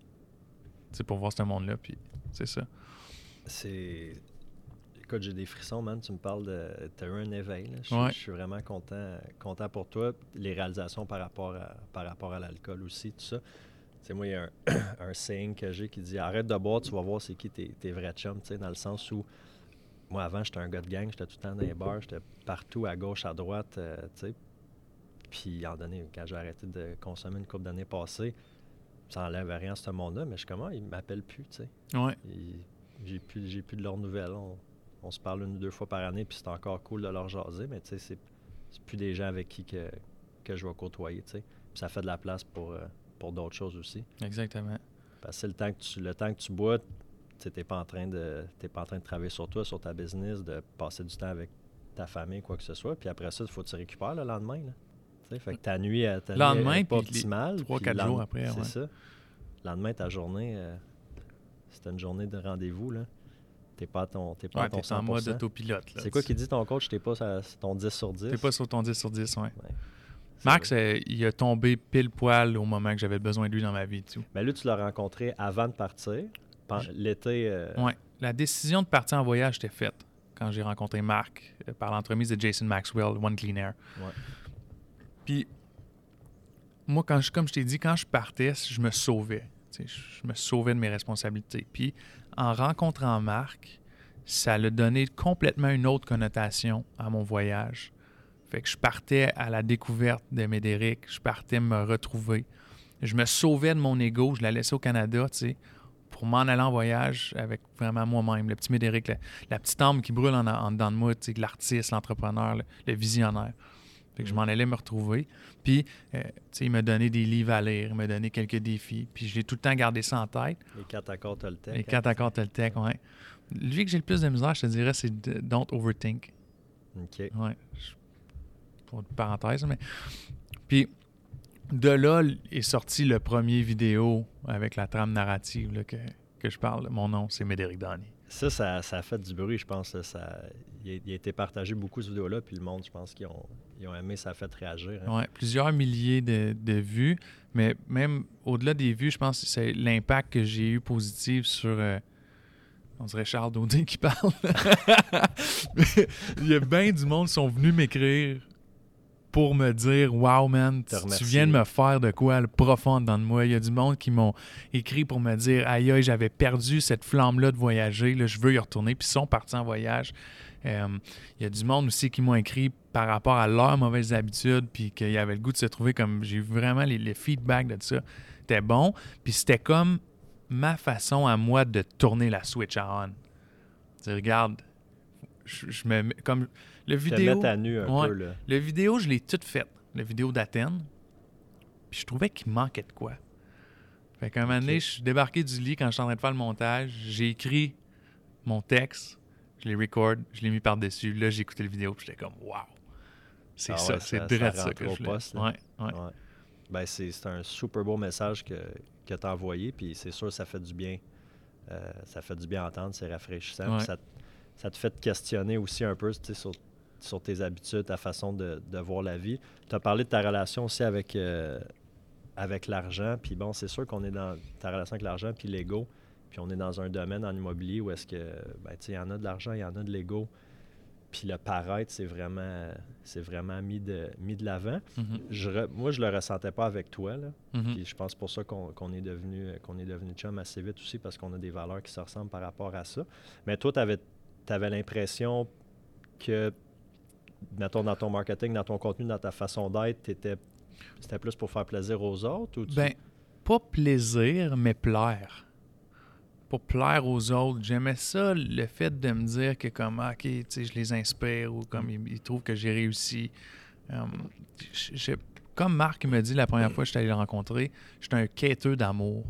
[SPEAKER 3] tu sais, pour voir ce monde-là, puis c'est ça.
[SPEAKER 2] C'est. Écoute, j'ai des frissons, man. Tu me parles de. T'as eu un éveil. Là. Je,
[SPEAKER 3] Ouais.
[SPEAKER 2] je suis vraiment content, content pour toi. Les réalisations par rapport à, par rapport à l'alcool aussi, tout ça. Tu sais, moi, il y a un, un saying que j'ai qui dit arrête de boire, tu vas voir c'est qui tes, tes vrais chums. Tu sais, dans le sens où. Moi, avant, j'étais un gars de gang, j'étais tout le temps dans les bars, j'étais partout, à gauche, à droite, euh, tu sais. Puis, en donné, quand j'ai arrêté de consommer une couple d'années passées, ça enlève rien à ce monde-là, mais je suis comment, il m'appelle plus, tu sais.
[SPEAKER 3] Ouais.
[SPEAKER 2] Il- j'ai plus, j'ai plus de leurs nouvelles. On, on se parle une ou deux fois par année, puis c'est encore cool de leur jaser, mais tu sais, c'est, c'est plus des gens avec qui que, que je vais côtoyer, tu sais. Puis ça fait de la place pour, euh, pour d'autres choses aussi.
[SPEAKER 3] Exactement.
[SPEAKER 2] Parce que le temps que tu, le temps que tu bois, tu n'es pas en train de t'es pas en train de travailler sur toi, sur ta business, de passer du temps avec ta famille, quoi que ce soit. Puis après ça, il faut que tu récupères le lendemain, là. Fait que ta nuit, ta
[SPEAKER 3] lendemain,
[SPEAKER 2] nuit est pas
[SPEAKER 3] puis
[SPEAKER 2] optimale.
[SPEAKER 3] trois quatre jours après,
[SPEAKER 2] c'est
[SPEAKER 3] ouais.
[SPEAKER 2] ça. Le lendemain, ta journée, euh, c'est une journée de rendez-vous, là. T'es pas à ton, t'es pas
[SPEAKER 3] Ouais,
[SPEAKER 2] à ton
[SPEAKER 3] t'es
[SPEAKER 2] cent pour cent.
[SPEAKER 3] en mode autopilote. Là,
[SPEAKER 2] c'est quoi qui dit ton coach? T'es pas à ton dix sur dix?
[SPEAKER 3] T'es pas sur ton dix sur dix, ouais.
[SPEAKER 2] ouais.
[SPEAKER 3] Max, euh, il a tombé pile poil au moment que j'avais besoin de lui dans ma vie. Tout.
[SPEAKER 2] Mais lui, tu l'as rencontré avant de partir. Je... L'été... Euh...
[SPEAKER 3] Ouais. La décision de partir en voyage était faite quand j'ai rencontré Marc euh, par l'entremise de Jason Maxwell, One Clean Air.
[SPEAKER 2] Ouais.
[SPEAKER 3] Puis, moi, quand je, comme je t'ai dit, quand je partais, je me sauvais. Je me sauvais de mes responsabilités. Puis, en rencontrant Marc, ça l'a donné complètement une autre connotation à mon voyage. Fait que je partais à la découverte de Médéric, je partais me retrouver. Je me sauvais de mon ego, je la laissais au Canada, tu sais, pour m'en aller en voyage avec vraiment moi-même, le petit Médéric, la, la petite âme qui brûle en, en dedans de moi, tu sais, l'artiste, l'entrepreneur, le, le visionnaire. Fait que je m'en allais me retrouver. Puis, euh, tu sais, il m'a donné des livres à lire, il m'a donné quelques défis. Puis, je l'ai tout le temps gardé ça en tête.
[SPEAKER 2] Les quatre accords Toltec.
[SPEAKER 3] Les quatre accords Toltec, oui. Lui que j'ai le plus de misère, je te dirais, c'est de, Don't Overthink.
[SPEAKER 2] OK.
[SPEAKER 3] Ouais. Pour une parenthèse, mais... Puis, de là est sorti le premier vidéo avec la trame narrative là, que, que je parle. Mon nom, c'est Médéric Dany.
[SPEAKER 2] Ça, ça, ça a fait du bruit, je pense. Ça, il, a, il a été partagé beaucoup, cette vidéo-là, puis le monde, je pense qu'ils ont, ils ont aimé, ça a fait réagir. Hein.
[SPEAKER 3] Oui, plusieurs milliers de, de vues, mais même au-delà des vues, je pense que c'est l'impact que j'ai eu positif sur... Euh, on dirait Charles Daudin qui parle. Il y a bien du monde qui sont venus m'écrire pour me dire « Wow, man, tu, tu viens de me faire de quoi le profond dans de moi. » Il y a du monde qui m'ont écrit pour me dire « Aïe, aïe, j'avais perdu cette flamme-là de voyager. Là, je veux y retourner. » Puis ils sont partis en voyage. Euh, il y a du monde aussi qui m'ont écrit par rapport à leurs mauvaises habitudes puis qu'ils avaient le goût de se trouver comme... J'ai eu vraiment les, les feedbacks de ça. C'était bon. Puis c'était comme ma façon à moi de tourner la switch à on. Tu sais, regarde, je, je me mets comme... Le vidéo,
[SPEAKER 2] te mettre à nu un
[SPEAKER 3] ouais,
[SPEAKER 2] peu, là.
[SPEAKER 3] Le vidéo, je l'ai toute faite. La vidéo d'Athènes. Puis je trouvais qu'il manquait de quoi. Fait qu'à un moment donné, je suis débarqué du lit quand je suis en train de faire le montage. J'ai écrit mon texte. Je l'ai record. Je l'ai mis par-dessus. Là, j'ai écouté la vidéo. Puis j'étais comme, wow. C'est
[SPEAKER 2] ah
[SPEAKER 3] ça.
[SPEAKER 2] Ouais,
[SPEAKER 3] c'est
[SPEAKER 2] ça,
[SPEAKER 3] direct
[SPEAKER 2] ça,
[SPEAKER 3] ça que je voulais.
[SPEAKER 2] poste,
[SPEAKER 3] ouais, ouais.
[SPEAKER 2] ouais. Ben, c'est, c'est un super beau message que, que tu as envoyé. Puis c'est sûr, ça fait du bien. Euh, ça fait du bien à entendre. C'est rafraîchissant.
[SPEAKER 3] Ouais.
[SPEAKER 2] Ça, ça te fait te questionner aussi un peu, tu sais, sur sur tes habitudes, ta façon de, de voir la vie. Tu as parlé de ta relation aussi avec, euh, avec l'argent. Puis bon, c'est sûr qu'on est dans ta relation avec l'argent puis l'ego. Puis on est dans un domaine en immobilier où est-ce que, ben, tu sais, il y en a de l'argent, il y en a de l'ego. Puis le paraître, c'est vraiment, c'est vraiment mis de, mis de l'avant.
[SPEAKER 3] Mm-hmm.
[SPEAKER 2] Je re, moi, je le ressentais pas avec toi, là.
[SPEAKER 3] Mm-hmm.
[SPEAKER 2] Puis je pense pour ça qu'on, qu'on est devenu qu'on est devenu chum assez vite aussi, parce qu'on a des valeurs qui se ressemblent par rapport à ça. Mais toi, tu avais l'impression que, mettons, dans ton marketing, dans ton contenu, dans ta façon d'être, t'étais, c'était plus pour faire plaisir aux autres? Ou tu...
[SPEAKER 3] Ben, pas plaisir, mais plaire. Pour plaire aux autres. J'aimais ça, le fait de me dire que comme, OK, tu sais, je les inspire ou comme ils, ils trouvent que j'ai réussi. Um, j'ai, comme Marc me dit la première fois que je suis allé le rencontrer, j'étais un quêteux d'amour.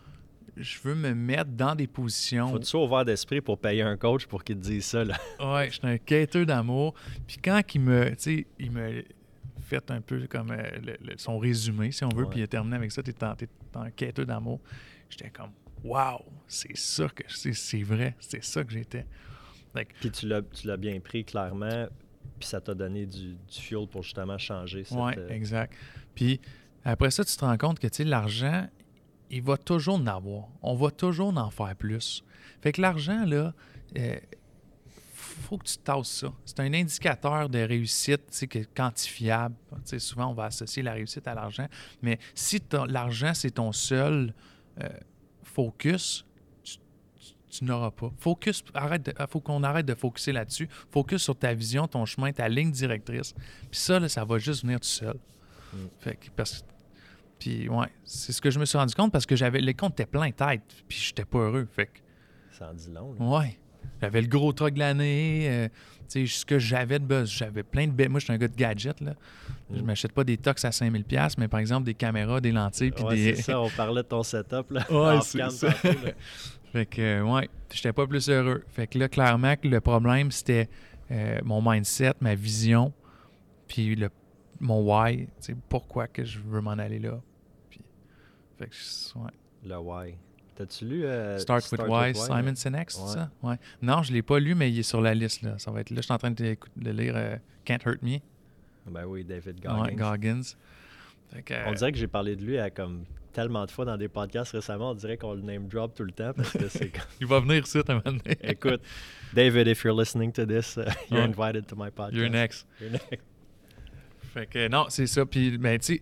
[SPEAKER 3] Je veux me mettre dans des positions...
[SPEAKER 2] Faut-tu sois ouvert d'esprit pour payer un coach pour qu'il te dise ça, là?
[SPEAKER 3] Ouais, je suis un quêteur d'amour. Puis quand il me, tu sais, il me fait un peu comme euh, le, le, son résumé, si on veut, ouais. Puis il a terminé avec ça, t'es en, t'es un quêteur d'amour. J'étais comme, wow, c'est ça que c'est, c'est vrai, c'est ça que j'étais. Like,
[SPEAKER 2] puis tu l'as, tu l'as bien pris clairement, puis ça t'a donné du, du fuel pour justement changer. Cette,
[SPEAKER 3] ouais,
[SPEAKER 2] euh...
[SPEAKER 3] exact. Puis après ça, tu te rends compte que, tu sais, l'argent, il va toujours en avoir. On va toujours en faire plus. Fait que l'argent, là, euh, faut que tu tasses ça. C'est un indicateur de réussite, tu sais, quantifiable. Tu sais, souvent, on va associer la réussite à l'argent. Mais si l'argent, c'est ton seul euh, focus, tu, tu, tu n'auras pas. Focus, arrête, il faut qu'on arrête de focuser là-dessus. Focus sur ta vision, ton chemin, ta ligne directrice. Puis ça, là, ça va juste venir tout seul. Mm. Fait que, parce que Puis, ouais, c'est ce que je me suis rendu compte parce que j'avais les comptes étaient pleins de tête, puis j'étais pas heureux. Fait que...
[SPEAKER 2] Ça en dit long. Là.
[SPEAKER 3] Ouais. J'avais le gros truck de l'année. Euh, tu sais, ce que j'avais de buzz. J'avais plein de bêtes. Moi, je suis un gars de gadgets, là. Mm. Je m'achète pas des tox à cinq mille dollars, mais par exemple, des caméras, des lentilles. Puis
[SPEAKER 2] ouais,
[SPEAKER 3] des...
[SPEAKER 2] c'est ça. On parlait de ton setup, là.
[SPEAKER 3] Ouais, c'est ça. Tantôt, là. Fait que, euh, ouais, j'étais pas plus heureux. Fait que là, clairement, que le problème, c'était euh, mon mindset, ma vision, puis le, mon why. Tu sais, pourquoi que je veux m'en aller là. Puis, fait que, ouais.
[SPEAKER 2] Le why. T'as-tu lu euh,
[SPEAKER 3] Start, Start with, with Why, Simon Sinek, c'est ouais. ça? Ouais. Non, je ne l'ai pas lu, mais il est sur la liste. Là. Ça va être là. Je suis en train de, de lire euh, Can't Hurt Me.
[SPEAKER 2] Ben oui, David Goggins.
[SPEAKER 3] Ouais, Goggins.
[SPEAKER 2] Que, euh... On dirait que j'ai parlé de lui à comme tellement de fois dans des podcasts récemment. On dirait qu'on le name drop tout le temps parce que c'est comme...
[SPEAKER 3] Il va venir ici un moment donné.
[SPEAKER 2] Écoute, David, if you're listening to this, uh, you're ouais. invited to my podcast.
[SPEAKER 3] You're next.
[SPEAKER 2] You're next.
[SPEAKER 3] Fait que non, c'est ça. Puis, ben, tu sais,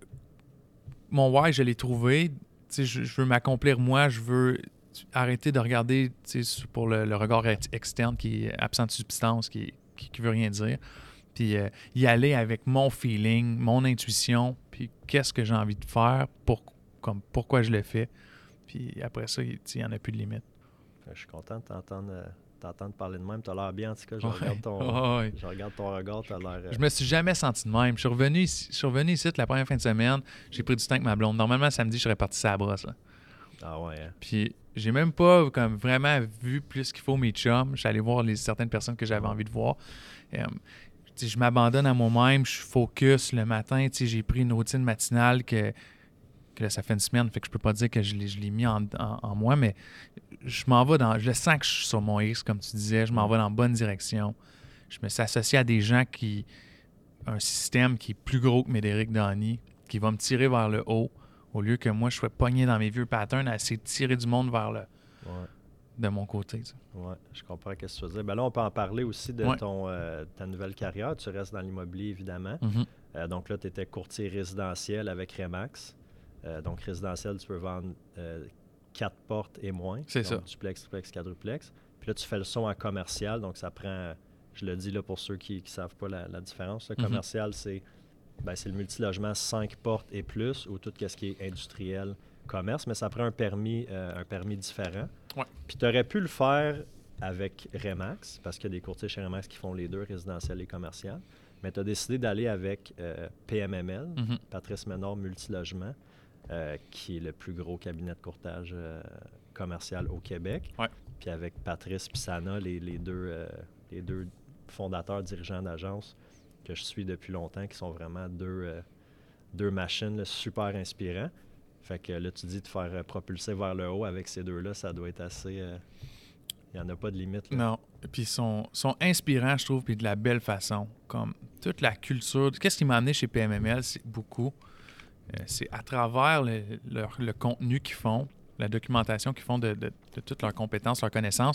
[SPEAKER 3] mon why, je l'ai trouvé. Tu sais, je, je veux m'accomplir moi, je veux arrêter de regarder pour le, le regard ex- externe qui est absent de substance, qui, qui, qui veut rien dire. Puis euh, y aller avec mon feeling, mon intuition, puis qu'est-ce que j'ai envie de faire, pour, comme pourquoi je le fais. Puis après ça, il n'y en a plus de limite.
[SPEAKER 2] Je suis content de t'entendre, euh, t'entendre parler de même. Tu as l'air bien, en tout cas. Je,
[SPEAKER 3] ouais.
[SPEAKER 2] regarde, ton,
[SPEAKER 3] oh, ouais.
[SPEAKER 2] je regarde ton regard, tu as l'air... Euh...
[SPEAKER 3] Je me suis jamais senti de même. Je suis revenu ici, je suis revenu ici la première fin de semaine. J'ai pris du temps avec ma blonde. Normalement, samedi, je serais parti sur la brosse. Là.
[SPEAKER 2] Ah ouais, hein?
[SPEAKER 3] Puis j'ai même pas comme vraiment vu plus qu'il faut mes chums. Je suis allé voir les, certaines personnes que j'avais envie de voir. Euh, je m'abandonne à moi-même, je suis focus le matin. J'ai pris une routine matinale que, que là, ça fait une semaine, fait que je peux pas dire que je l'ai, je l'ai mis en, en, en moi, mais je m'en vais dans. Je sens que je suis sur mon X, comme tu disais, je m'en vais dans la bonne direction. Je me suis associé à des gens qui. Un système qui est plus gros que Médéric Dany, qui va me tirer vers le haut, au lieu que moi je sois pogné dans mes vieux patterns à essayer de tirer du monde vers le.
[SPEAKER 2] Ouais.
[SPEAKER 3] De mon côté.
[SPEAKER 2] Oui, je comprends ce que tu veux dire. Ben là, on peut en parler aussi de
[SPEAKER 3] ouais.
[SPEAKER 2] ton, euh, ta nouvelle carrière. Tu restes dans l'immobilier, évidemment.
[SPEAKER 3] Mm-hmm.
[SPEAKER 2] Euh, donc là, tu étais courtier résidentiel avec Remax. Euh, donc, résidentiel, tu peux vendre euh, quatre portes et moins.
[SPEAKER 3] C'est
[SPEAKER 2] donc,
[SPEAKER 3] ça.
[SPEAKER 2] Duplex, triplex, quadruplex. Puis là, tu fais le son en commercial. Donc, ça prend, je le dis là pour ceux qui ne savent pas la, la différence. Le mm-hmm. commercial, c'est, ben, c'est le multilogement cinq portes et plus, ou tout ce qui est industriel, commerce, mais ça prend un permis, euh, un permis différent.
[SPEAKER 3] Ouais.
[SPEAKER 2] Puis tu aurais pu le faire avec Remax, parce qu'il y a des courtiers chez Remax qui font les deux, résidentiel et commercial. Mais tu as décidé d'aller avec euh, P M M L,
[SPEAKER 3] mm-hmm.
[SPEAKER 2] Patrice Ménard Multilogement, euh, qui est le plus gros cabinet de courtage euh, commercial au Québec.
[SPEAKER 3] Ouais.
[SPEAKER 2] Puis avec Patrice et Sana, les, les, deux, euh, les deux fondateurs, dirigeants d'agence que je suis depuis longtemps, qui sont vraiment deux, euh, deux machines là, super inspirants. Fait que là, tu dis de faire euh, propulser vers le haut avec ces deux-là, ça doit être assez... Il euh, n'y en a pas de limite. Là.
[SPEAKER 3] Non. Puis ils sont, sont inspirants, je trouve, puis de la belle façon. Comme toute la culture... Qu'est-ce qui m'a amené chez P M M L, c'est beaucoup. Euh, c'est à travers le, le, le contenu qu'ils font, la documentation qu'ils font de, de, de toutes leurs compétences, leurs connaissances.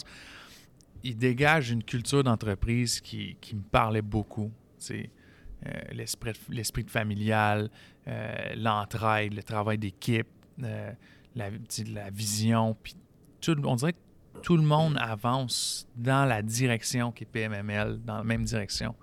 [SPEAKER 3] Ils dégagent une culture d'entreprise qui, qui me parlait beaucoup. C'est... Euh, l'esprit, l'esprit de familial, euh, l'entraide, le travail d'équipe, euh, la, la vision. Puis tout, on dirait que tout le monde avance dans la direction qui est P M M L, dans la même direction.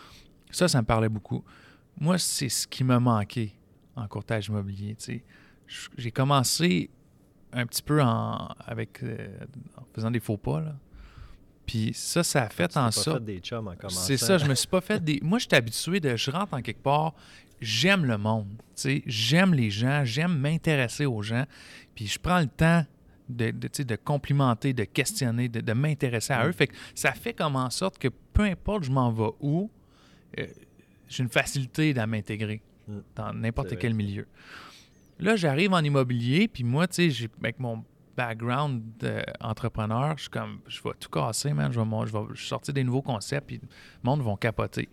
[SPEAKER 3] Ça, ça me parlait beaucoup. Moi, c'est ce qui m'a manqué en courtage immobilier. Tu sais. J'ai commencé un petit peu en, avec, euh, en faisant des faux pas, là. Puis ça, ça a fait
[SPEAKER 2] tu
[SPEAKER 3] en
[SPEAKER 2] pas
[SPEAKER 3] sorte...
[SPEAKER 2] fait des chums en commençant.
[SPEAKER 3] C'est ça, je me suis pas fait des... Moi, je suis habitué de... Je rentre en quelque part, j'aime le monde, tu sais, j'aime les gens, j'aime m'intéresser aux gens, puis je prends le temps de, de, tu sais, de complimenter, de questionner, de, de m'intéresser à eux. Fait que ça fait comme en sorte que peu importe je m'en vais où, euh, j'ai une facilité à m'intégrer
[SPEAKER 2] mm.
[SPEAKER 3] dans n'importe
[SPEAKER 2] C'est
[SPEAKER 3] quel
[SPEAKER 2] vrai.
[SPEAKER 3] milieu. Là, j'arrive en immobilier, puis moi, tu sais, j'ai avec mon background d'entrepreneur, je suis comme, je vais tout casser, man. Je vais, je vais sortir des nouveaux concepts, puis le monde va capoter.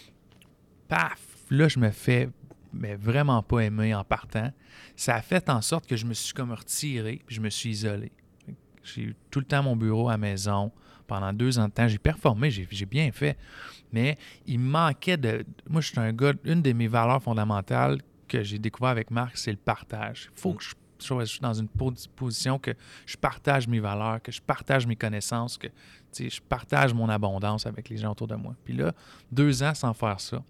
[SPEAKER 3] Paf! Là, je me fais mais vraiment pas aimer en partant. Ça a fait en sorte que je me suis comme retiré, puis je me suis isolé. J'ai eu tout le temps mon bureau à la maison. Pendant deux ans de temps, j'ai performé, j'ai, j'ai bien fait. Mais il me manquait de... Moi, je suis un gars... Une de mes valeurs fondamentales que j'ai découvert avec Marc, c'est le partage. Il faut que je je suis dans une position que je partage mes valeurs, que je partage mes connaissances, que je partage mon abondance avec les gens autour de moi. Puis là, deux ans sans faire ça.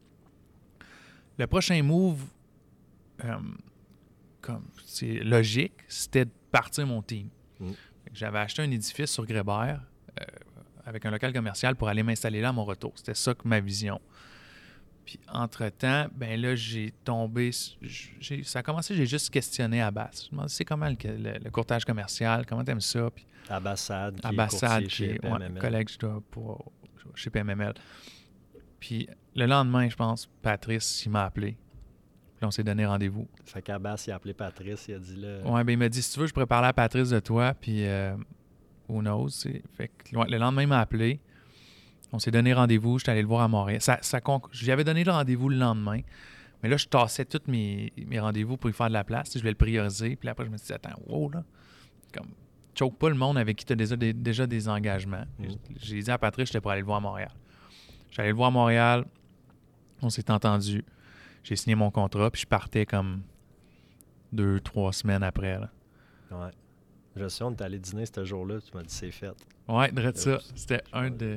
[SPEAKER 3] Le prochain move, euh, comme c'est logique, c'était de partir mon team.
[SPEAKER 2] Mm.
[SPEAKER 3] j'avais acheté un édifice sur Grébert euh, avec un local commercial pour aller m'installer là à mon retour. C'était ça que ma vision. Puis, entre-temps, ben là, j'ai tombé... J'ai, ça a commencé, j'ai juste questionné Abbas. Je me demandais, c'est comment le, le, le courtage commercial? Comment t'aimes ça? Puis,
[SPEAKER 2] Abbas Saad, qui
[SPEAKER 3] Abbas
[SPEAKER 2] est
[SPEAKER 3] Saad,
[SPEAKER 2] courtier
[SPEAKER 3] qui
[SPEAKER 2] chez
[SPEAKER 3] est
[SPEAKER 2] P M M L.
[SPEAKER 3] ouais, collègue pour, chez P M M L. Puis, le lendemain, je pense, Patrice, il m'a appelé. Puis, on s'est donné rendez-vous.
[SPEAKER 2] Fait qu'Abbas, il a appelé Patrice, il a dit là...
[SPEAKER 3] Ouais, ben il m'a dit, si tu veux, je pourrais parler à Patrice de toi, puis euh, who knows, c'est... Fait que ouais, le lendemain, il m'a appelé. On s'est donné rendez-vous, j'étais allé le voir à Montréal. Ça, ça conc... J'avais donné le rendez-vous le lendemain, mais là, je tassais tous mes, mes rendez-vous pour y faire de la place. Je voulais le prioriser, puis après, je me suis dit, attends, wow, là, comme, choke pas le monde avec qui tu as déjà des, déjà des engagements. Mm. J'ai dit à Patrice, j'étais pour aller le voir à Montréal. J'allais le voir à Montréal, on s'est entendu, j'ai signé mon contrat, puis je partais comme deux, trois semaines après, là.
[SPEAKER 2] Ouais. Je sais, on est allé dîner ce jour-là, tu m'as dit c'est fait.
[SPEAKER 3] Ouais, de ça. C'était un de...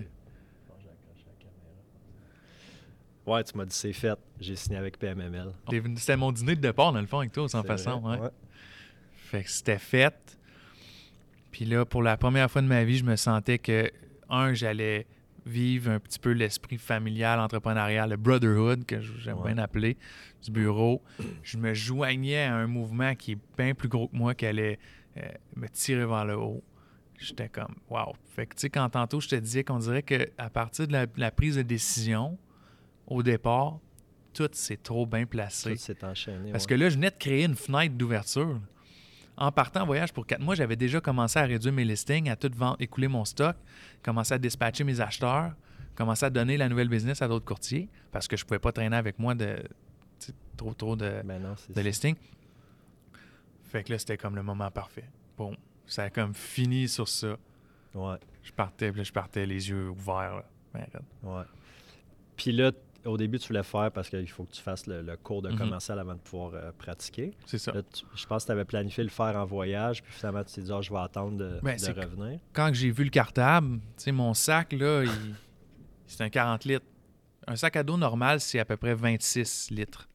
[SPEAKER 2] Ouais, tu m'as dit c'est fait. J'ai signé avec P M M L.
[SPEAKER 3] C'était mon dîner de départ, dans le fond, avec toi, sans façon. Ouais. Ouais. Fait que c'était fait. Puis là, pour la première fois de ma vie, je me sentais que, un, j'allais vivre un petit peu l'esprit familial, entrepreneurial, le brotherhood, que j'aime ouais. bien appeler, du bureau. Je me joignais à un mouvement qui est bien plus gros que moi, qui allait euh, me tirer vers le haut. J'étais comme, wow. Fait que, tu sais, quand tantôt, je te disais qu'on dirait qu'à partir de la, la prise de décision, au départ, tout s'est trop bien placé.
[SPEAKER 2] Tout s'est enchaîné.
[SPEAKER 3] Parce
[SPEAKER 2] ouais.
[SPEAKER 3] que là, je venais de créer une fenêtre d'ouverture. En partant en voyage pour quatre mois, j'avais déjà commencé à réduire mes listings, à tout vendre, écouler mon stock, commencer à dispatcher mes acheteurs, commencer à donner la nouvelle business à d'autres courtiers parce que je ne pouvais pas traîner avec moi de trop, trop de,
[SPEAKER 2] ben non,
[SPEAKER 3] de listings. Fait que là, c'était comme le moment parfait. Bon, ça a comme fini sur ça.
[SPEAKER 2] Ouais.
[SPEAKER 3] Je partais, puis là, je partais les yeux ouverts. Là. Ben,
[SPEAKER 2] ouais. Puis là, au début, tu voulais faire parce qu'il faut que tu fasses le, le cours de
[SPEAKER 3] mm-hmm.
[SPEAKER 2] commercial avant de pouvoir euh, pratiquer.
[SPEAKER 3] C'est ça.
[SPEAKER 2] Là, tu, je pense que tu avais planifié le faire en voyage, puis finalement, tu t'es dit, oh, je vais attendre de,
[SPEAKER 3] ben,
[SPEAKER 2] de revenir.
[SPEAKER 3] Quand j'ai vu le cartable, tu sais, mon sac, là, il... c'est un quarante litres. Un sac à dos normal, c'est à peu près vingt-six litres.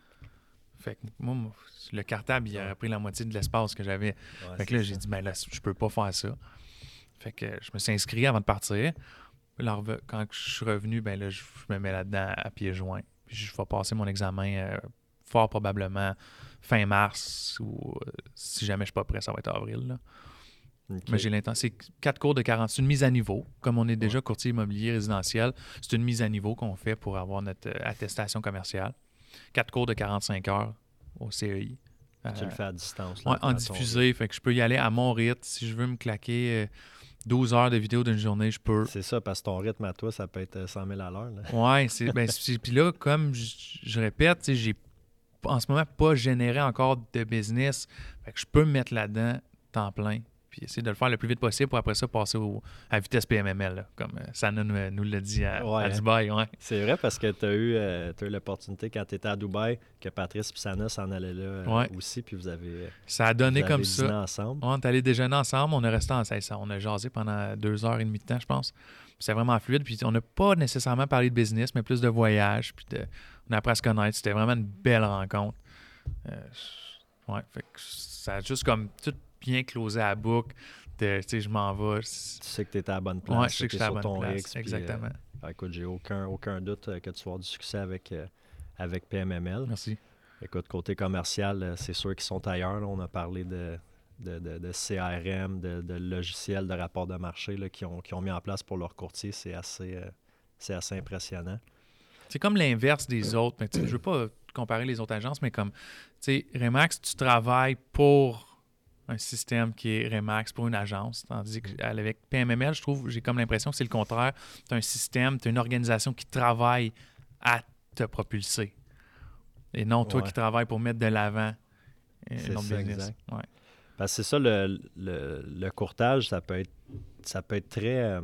[SPEAKER 3] Fait que moi, le cartable, il aurait pris la moitié de l'espace que j'avais. Ouais, fait que là, j'ai dit, ben là, je peux pas faire ça. Fait que je me suis inscrit avant de partir. Là, quand je suis revenu, ben là, je me mets là-dedans à pieds joints. Puis je vais passer mon examen euh, fort probablement fin mars ou euh, si jamais je suis pas prêt, ça va être avril. Là. Okay. Mais j'ai l'intention. C'est quatre cours de quarante. C'est une mise à niveau. Comme on est déjà ouais. courtier immobilier résidentiel, c'est une mise à niveau qu'on fait pour avoir notre euh, attestation commerciale. Quatre cours de quarante-cinq heures au C E I.
[SPEAKER 2] Euh, tu le fais à distance.
[SPEAKER 3] Là, ouais, en diffusé. Fait que je peux y aller à mon rythme. Si je veux me claquer euh, douze heures de vidéo d'une journée, je peux.
[SPEAKER 2] C'est ça, parce que ton rythme à toi, ça peut être cent mille à l'heure.
[SPEAKER 3] Oui, c'est, ben, c'est, puis là, comme je, je répète, j'ai en ce moment pas généré encore de business. Fait que je peux me mettre là-dedans temps plein. Puis essayer de le faire le plus vite possible pour après ça passer au, à vitesse P M M L, là, comme euh, Sana nous, nous l'a dit à,
[SPEAKER 2] ouais,
[SPEAKER 3] à Dubaï. Ouais.
[SPEAKER 2] C'est vrai parce que tu as eu, euh, eu l'opportunité quand tu étais à Dubaï que Patrice et Sana s'en allaient là euh,
[SPEAKER 3] ouais.
[SPEAKER 2] aussi, puis vous avez
[SPEAKER 3] ça a donné
[SPEAKER 2] vous
[SPEAKER 3] comme
[SPEAKER 2] avez
[SPEAKER 3] ça.
[SPEAKER 2] Ensemble.
[SPEAKER 3] Ouais, on est allé déjeuner ensemble, on est resté en ça, on a jasé pendant deux heures et demie de temps, je pense. C'est vraiment fluide, puis on n'a pas nécessairement parlé de business, mais plus de voyage, puis de, on a appris à se connaître. C'était vraiment une belle rencontre. Euh, ouais, fait que ça a juste comme tout bien closé à la boucle. Tu sais, je m'en vais.
[SPEAKER 2] Tu sais que tu étais à la bonne place.
[SPEAKER 3] Oui, je sais que je suis à la bonne
[SPEAKER 2] ton
[SPEAKER 3] place.
[SPEAKER 2] X,
[SPEAKER 3] exactement.
[SPEAKER 2] Puis, euh, écoute, j'ai aucun, aucun doute que tu vas avoir du succès avec, euh, avec P M M L.
[SPEAKER 3] Merci.
[SPEAKER 2] Écoute, côté commercial, c'est sûr qu'ils sont ailleurs. Là. On a parlé de, de, de, de C R M, de, de logiciels de rapport de marché là, qu'ils ont, qui ont mis en place pour leurs courtiers. C'est assez, euh, c'est assez impressionnant.
[SPEAKER 3] C'est comme l'inverse des autres. Mais, je ne veux pas comparer les autres agences, mais comme, tu sais, Remax, tu travailles pour un système qui est Remax pour une agence. Tandis qu'avec P M M L, je trouve, j'ai comme l'impression que c'est le contraire. Tu as un système, tu as une organisation qui travaille à te propulser. Et non toi ouais. qui travailles pour mettre de l'avant
[SPEAKER 2] c'est
[SPEAKER 3] notre
[SPEAKER 2] ça,
[SPEAKER 3] business.
[SPEAKER 2] Exact.
[SPEAKER 3] Ouais.
[SPEAKER 2] Parce que c'est ça, le, le, le courtage, ça peut être, ça peut être très... Euh,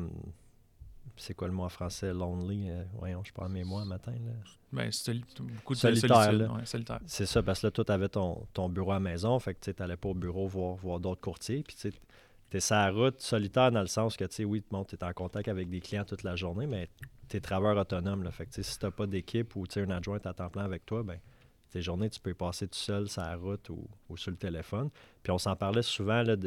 [SPEAKER 2] c'est quoi le mot en français? Lonely. Euh, voyons, je prends mes mots un matin. Là.
[SPEAKER 3] Ben, c'est beaucoup de
[SPEAKER 2] solitaire.
[SPEAKER 3] solitude. Ouais, solitaire.
[SPEAKER 2] C'est ça, parce que là, toi, tu avais ton, ton bureau à la maison. Fait que tu n'allais pas au bureau voir, voir d'autres courtiers. Puis tu es sur la route solitaire dans le sens que, tu sais, oui, bon, tu es en contact avec des clients toute la journée, mais tu es travailleur autonome. Là. Fait que si tu n'as pas d'équipe ou une adjointe à temps plein avec toi, ben tes journées, tu peux y passer tout seul sur la route ou, ou sur le téléphone. Puis on s'en parlait souvent, là, de,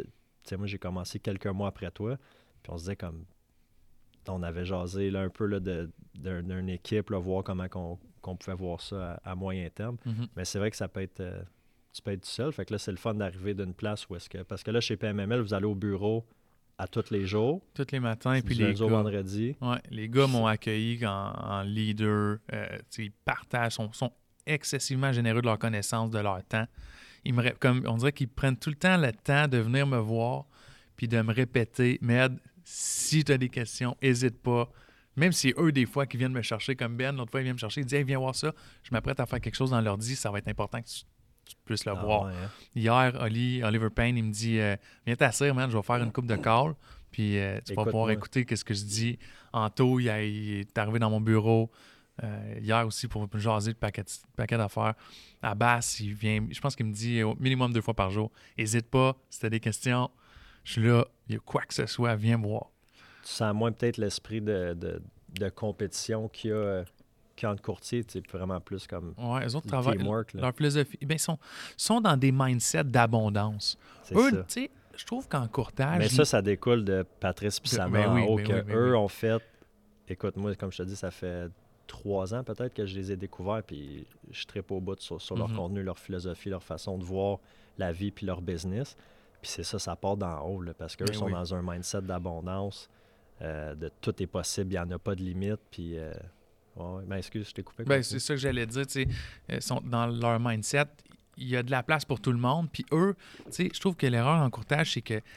[SPEAKER 2] sais, moi, j'ai commencé quelques mois après toi, puis on se disait comme, on avait jasé là, un peu là, de, de, d'une équipe, là, voir comment qu'on, qu'on pouvait voir ça à, à moyen terme.
[SPEAKER 3] Mm-hmm.
[SPEAKER 2] Mais c'est vrai que ça peut être, euh, tu peux être tout seul. Fait que là, c'est le fun d'arriver d'une place où est-ce que, parce que là, chez P M M L, vous allez au bureau à tous les jours.
[SPEAKER 3] Tous les matins, et puis
[SPEAKER 2] du
[SPEAKER 3] les
[SPEAKER 2] lundi au
[SPEAKER 3] gars,
[SPEAKER 2] vendredi.
[SPEAKER 3] ouais, les gars m'ont accueilli en, en leader. Euh, tu sais, ils partagent, sont, sont excessivement généreux de leur connaissance, de leur temps. Ils me, ré- comme, on dirait qu'ils prennent tout le temps le temps de venir me voir puis de me répéter, Med, si tu as des questions, n'hésite pas. Même si eux, des fois, qui viennent me chercher, comme Ben, l'autre fois, il vient me chercher, il dit hey, viens voir ça, je m'apprête à faire quelque chose dans l'ordi, ça va être important que tu, tu puisses le
[SPEAKER 2] Ah,
[SPEAKER 3] voir.
[SPEAKER 2] ouais, hein?
[SPEAKER 3] Hier, Oli, Oliver Payne, il me dit euh, viens t'asseoir, man, je vais faire une coupe de call, puis euh, tu vas
[SPEAKER 2] Écoute-moi.
[SPEAKER 3] pouvoir écouter ce que je dis. Anto, il, a- il est arrivé dans mon bureau. Euh, hier aussi, pour me jaser de paquet, paquet d'affaires. Abbas, il vient, je pense qu'il me dit au minimum deux fois par jour n'hésite pas, si tu as des questions, je suis là, il y a quoi que ce soit, viens me voir.
[SPEAKER 2] Tu sens moins peut-être l'esprit de, de, de compétition qu'il y a, euh, qu'il y a entre courtiers, tu sais, vraiment plus comme
[SPEAKER 3] Ouais, eux autres
[SPEAKER 2] du
[SPEAKER 3] travaillent.
[SPEAKER 2] teamwork. Là.
[SPEAKER 3] Leur philosophie, ben, ils sont, sont dans des mindsets d'abondance.
[SPEAKER 2] C'est
[SPEAKER 3] Eux,
[SPEAKER 2] ça.
[SPEAKER 3] tu sais, je trouve qu'en courtage.
[SPEAKER 2] Mais
[SPEAKER 3] ils-
[SPEAKER 2] ça, ça découle de Patrice et
[SPEAKER 3] De-
[SPEAKER 2] Sama
[SPEAKER 3] ben oui,
[SPEAKER 2] en haut,
[SPEAKER 3] ben
[SPEAKER 2] que
[SPEAKER 3] oui, ben
[SPEAKER 2] eux
[SPEAKER 3] oui.
[SPEAKER 2] ont fait. Écoute, moi, comme je te dis, ça fait trois ans peut-être que je les ai découverts, puis je trippe au bout sur, sur leur
[SPEAKER 3] Mhm.
[SPEAKER 2] contenu, leur philosophie, leur façon de voir la vie, puis leur business. Puis c'est ça, ça part d'en haut, là, parce qu'eux
[SPEAKER 3] Ben
[SPEAKER 2] sont
[SPEAKER 3] oui.
[SPEAKER 2] dans un mindset d'abondance, euh, de tout est possible, il n'y en a pas de limite, puis... Euh, ouais, ben excuse, je t'ai coupé.
[SPEAKER 3] Ben,
[SPEAKER 2] continue.
[SPEAKER 3] c'est ça que j'allais dire, tu sais, euh, sont dans leur mindset, il y a de la place pour tout le monde. Puis eux, tu sais, je trouve que l'erreur en courtage, c'est que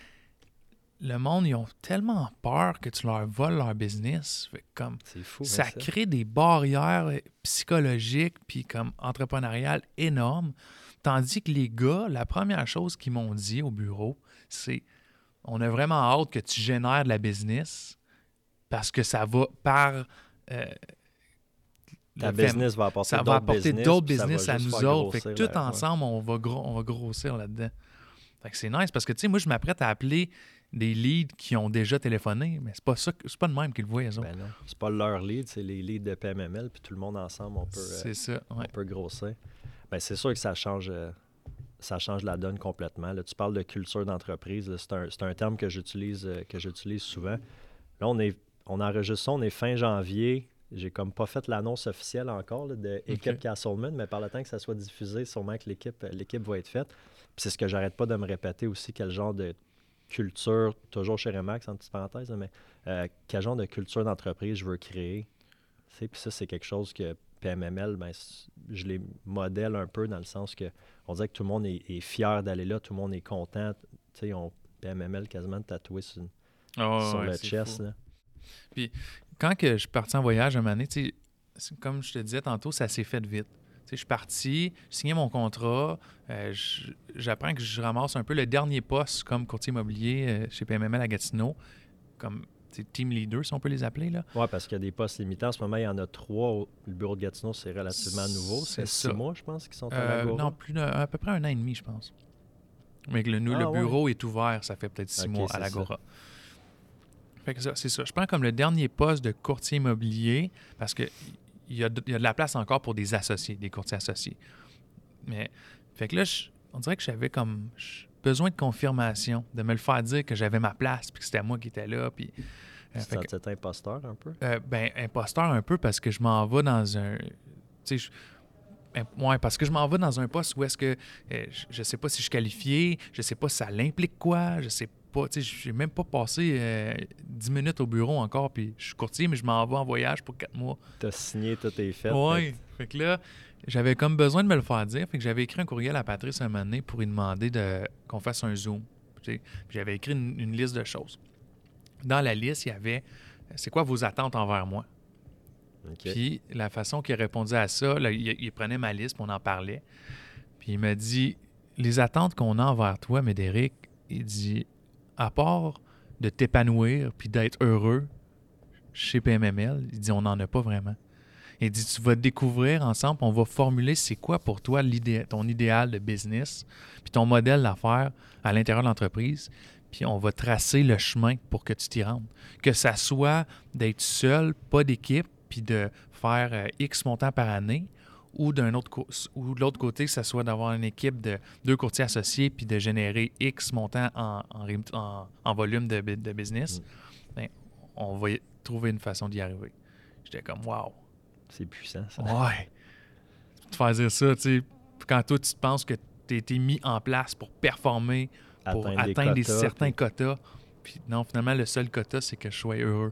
[SPEAKER 3] le monde, ils ont tellement peur que tu leur voles leur business. Fait que comme
[SPEAKER 2] C'est fou,
[SPEAKER 3] ça
[SPEAKER 2] hein, ça.
[SPEAKER 3] crée des barrières euh, psychologiques puis comme entrepreneuriales énormes. Tandis que les gars, la première chose qu'ils m'ont dit au bureau, c'est on a vraiment hâte que tu génères de la business parce que ça va par euh,
[SPEAKER 2] Ta
[SPEAKER 3] le fait-
[SPEAKER 2] business va apporter
[SPEAKER 3] ça
[SPEAKER 2] d'autres
[SPEAKER 3] va apporter
[SPEAKER 2] business,
[SPEAKER 3] d'autres
[SPEAKER 2] puis ça va
[SPEAKER 3] business à
[SPEAKER 2] juste
[SPEAKER 3] nous
[SPEAKER 2] faire
[SPEAKER 3] autres. Fait que
[SPEAKER 2] grossir
[SPEAKER 3] tout
[SPEAKER 2] la- ouais.
[SPEAKER 3] ensemble, on va, gro- on va grossir là-dedans. Fait que c'est nice parce que, tu sais, moi, je m'apprête à appeler des leads qui ont déjà téléphoné, mais c'est pas ça, que- c'est pas de même qu'ils le voient, eux autres.
[SPEAKER 2] Ben non, c'est pas leur lead, c'est les leads de P M M L, puis tout le monde ensemble, on peut, euh,
[SPEAKER 3] c'est ça,
[SPEAKER 2] on
[SPEAKER 3] ouais.
[SPEAKER 2] peut grossir. Ben c'est sûr que ça change, euh, ça change la donne complètement. Là, tu parles de culture d'entreprise, là, c'est un, c'est un terme que j'utilise, euh, que j'utilise souvent. Là, on est, on enregistre ça, on est fin janvier. J'ai comme pas fait l'annonce officielle encore là, de équipe
[SPEAKER 3] Ok.
[SPEAKER 2] Castleman, mais par le temps que ça soit diffusé, sûrement que l'équipe, l'équipe va être faite. Puis c'est ce que j'arrête pas de me répéter aussi, quel genre de culture, toujours chez Remax, en petite parenthèse, là, mais euh, quel genre de culture d'entreprise je veux créer. Tu sais, puis ça, c'est quelque chose que P M M L, ben, c- je les modèle un peu dans le sens que on dirait que tout le monde est, est fier d'aller là, tout le monde est content. Tu sais, on P M M L quasiment tatoué sur,
[SPEAKER 3] Ah,
[SPEAKER 2] sur
[SPEAKER 3] ouais,
[SPEAKER 2] le
[SPEAKER 3] c'est
[SPEAKER 2] chest.
[SPEAKER 3] fou.
[SPEAKER 2] Là.
[SPEAKER 3] Quand que je suis parti en voyage un moment donné, tu sais, c'est comme je te disais tantôt, ça s'est fait vite. Tu sais, je suis parti, j'ai signé mon contrat, euh, je- j'apprends que je ramasse un peu le dernier poste comme courtier immobilier euh, chez P M M L à Gatineau, comme tu sais, team leader, si on peut les appeler, là.
[SPEAKER 2] Oui, parce qu'il y a des postes limités. En ce moment, il y en a trois. au- Le bureau de Gatineau, c'est relativement nouveau.
[SPEAKER 3] C'est
[SPEAKER 2] C'est six
[SPEAKER 3] ça.
[SPEAKER 2] mois, je pense, qui sont à
[SPEAKER 3] Euh,
[SPEAKER 2] l'Agora.
[SPEAKER 3] non, plus d'un- à peu près un an et demi, je pense. Mais que le, nous,
[SPEAKER 2] Ah,
[SPEAKER 3] le
[SPEAKER 2] ouais.
[SPEAKER 3] bureau est ouvert, ça fait peut-être six
[SPEAKER 2] Ok,
[SPEAKER 3] mois à
[SPEAKER 2] c'est
[SPEAKER 3] l'Agora. Fait que ça, c'est ça. Je prends comme le dernier poste de courtier immobilier parce que il y a, de, il y a de la place encore pour des associés, des courtiers associés. Mais, fait que là, je- on dirait que j'avais comme je- besoin de confirmation, de me le faire dire que j'avais ma place, puis que c'était moi qui étais là, puis... euh,
[SPEAKER 2] Tu
[SPEAKER 3] fait
[SPEAKER 2] te
[SPEAKER 3] que-
[SPEAKER 2] sentais imposteur un peu?
[SPEAKER 3] euh, ben, imposteur un peu parce que je m'en vais dans un. Tu sais, je- ben, ouais, parce que je m'en vais dans un poste où est-ce que euh, je, je sais pas si je suis qualifié, je sais pas si ça l'implique quoi, je sais pas, tu sais, j'ai même pas passé euh, dix minutes au bureau encore, puis je suis courtier, mais je m'en vais en voyage pour quatre mois.
[SPEAKER 2] Tu as signé, tout est fait.
[SPEAKER 3] Ouais. Fait que là, j'avais comme besoin de me le faire dire, fait que j'avais écrit un courriel à Patrice un moment donné pour lui demander de, qu'on fasse un Zoom. Tu sais, puis j'avais écrit une, une liste de choses. Dans la liste, il y avait euh, c'est quoi vos attentes envers moi?
[SPEAKER 2] OK.
[SPEAKER 3] Puis la façon qu'il répondait à ça, là, il, il prenait ma liste, puis on en parlait. Puis il m'a dit les attentes qu'on a envers toi, Médéric, il dit à part de t'épanouir puis d'être heureux chez P M M L, il dit on n'en a pas vraiment. Il dit tu vas découvrir ensemble, on va formuler c'est quoi pour toi l'idée, ton idéal de business, puis ton modèle d'affaires à l'intérieur de l'entreprise. Puis on va tracer le chemin pour que tu t'y rendes. Que ça soit d'être seul, pas d'équipe, puis de faire euh, X montant par année, ou d'un autre co- ou de l'autre côté, que ce soit d'avoir une équipe de deux courtiers associés puis de générer X montant en, en, ré- en- en volume de, bu- de business,
[SPEAKER 2] Mm.
[SPEAKER 3] ben, on va y- trouver une façon d'y arriver. J'étais comme, wow,
[SPEAKER 2] C'est puissant, ça.
[SPEAKER 3] ouais. Te faire dire ça, tu sais, quand toi, tu te penses que tu as été mis en place pour performer, pour
[SPEAKER 2] Atteindre des
[SPEAKER 3] atteindre des,
[SPEAKER 2] quotas,
[SPEAKER 3] certains
[SPEAKER 2] puis-
[SPEAKER 3] quotas, puis non, finalement, le seul quota, c'est que je sois heureux.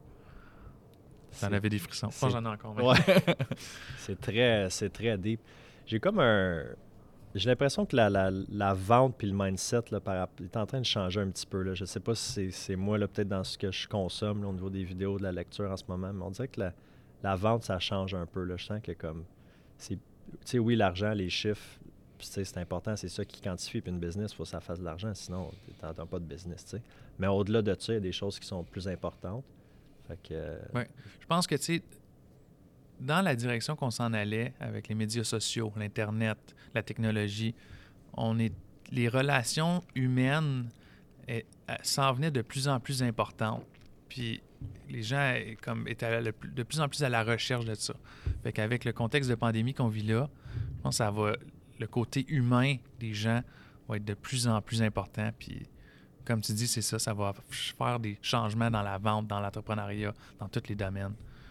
[SPEAKER 3] T'en
[SPEAKER 2] C'est-
[SPEAKER 3] avais des frissons. Je
[SPEAKER 2] c'est-
[SPEAKER 3] pense que j'en ai encore. mais-
[SPEAKER 2] Ouais. c'est très, c'est très deep. J'ai comme un... J'ai l'impression que la, la, la vente puis le mindset là, par, rapp- est en train de changer un petit peu. Là. Je sais pas si c'est, c'est moi, là, peut-être dans ce que je consomme là, au niveau des vidéos, de la lecture en ce moment, mais on dirait que la, la vente, ça change un peu. Là. Je sens que comme... c'est, tu sais, oui, l'argent, les chiffres, puis, tu sais, c'est important, c'est ça qui quantifie. Puis une business, il faut que ça fasse de l'argent, sinon, tu n'entends pas de business. Tu sais. Mais au-delà de ça, il y a des choses qui sont plus importantes. Fait que... euh,
[SPEAKER 3] Ouais. Je pense que, tu sais, dans la direction qu'on s'en allait avec les médias sociaux, l'Internet, la technologie, on est, les relations humaines eh, eh, s'en venaient de plus en plus importantes. Puis les gens eh, comme, étaient à la- de plus en plus à la recherche de ça. Fait qu'avec le contexte de pandémie qu'on vit là, je pense que ça va, le côté humain des gens va être de plus en plus important. Puis comme tu dis, c'est ça, ça va faire des changements dans la vente, dans l'entrepreneuriat, dans tous les domaines.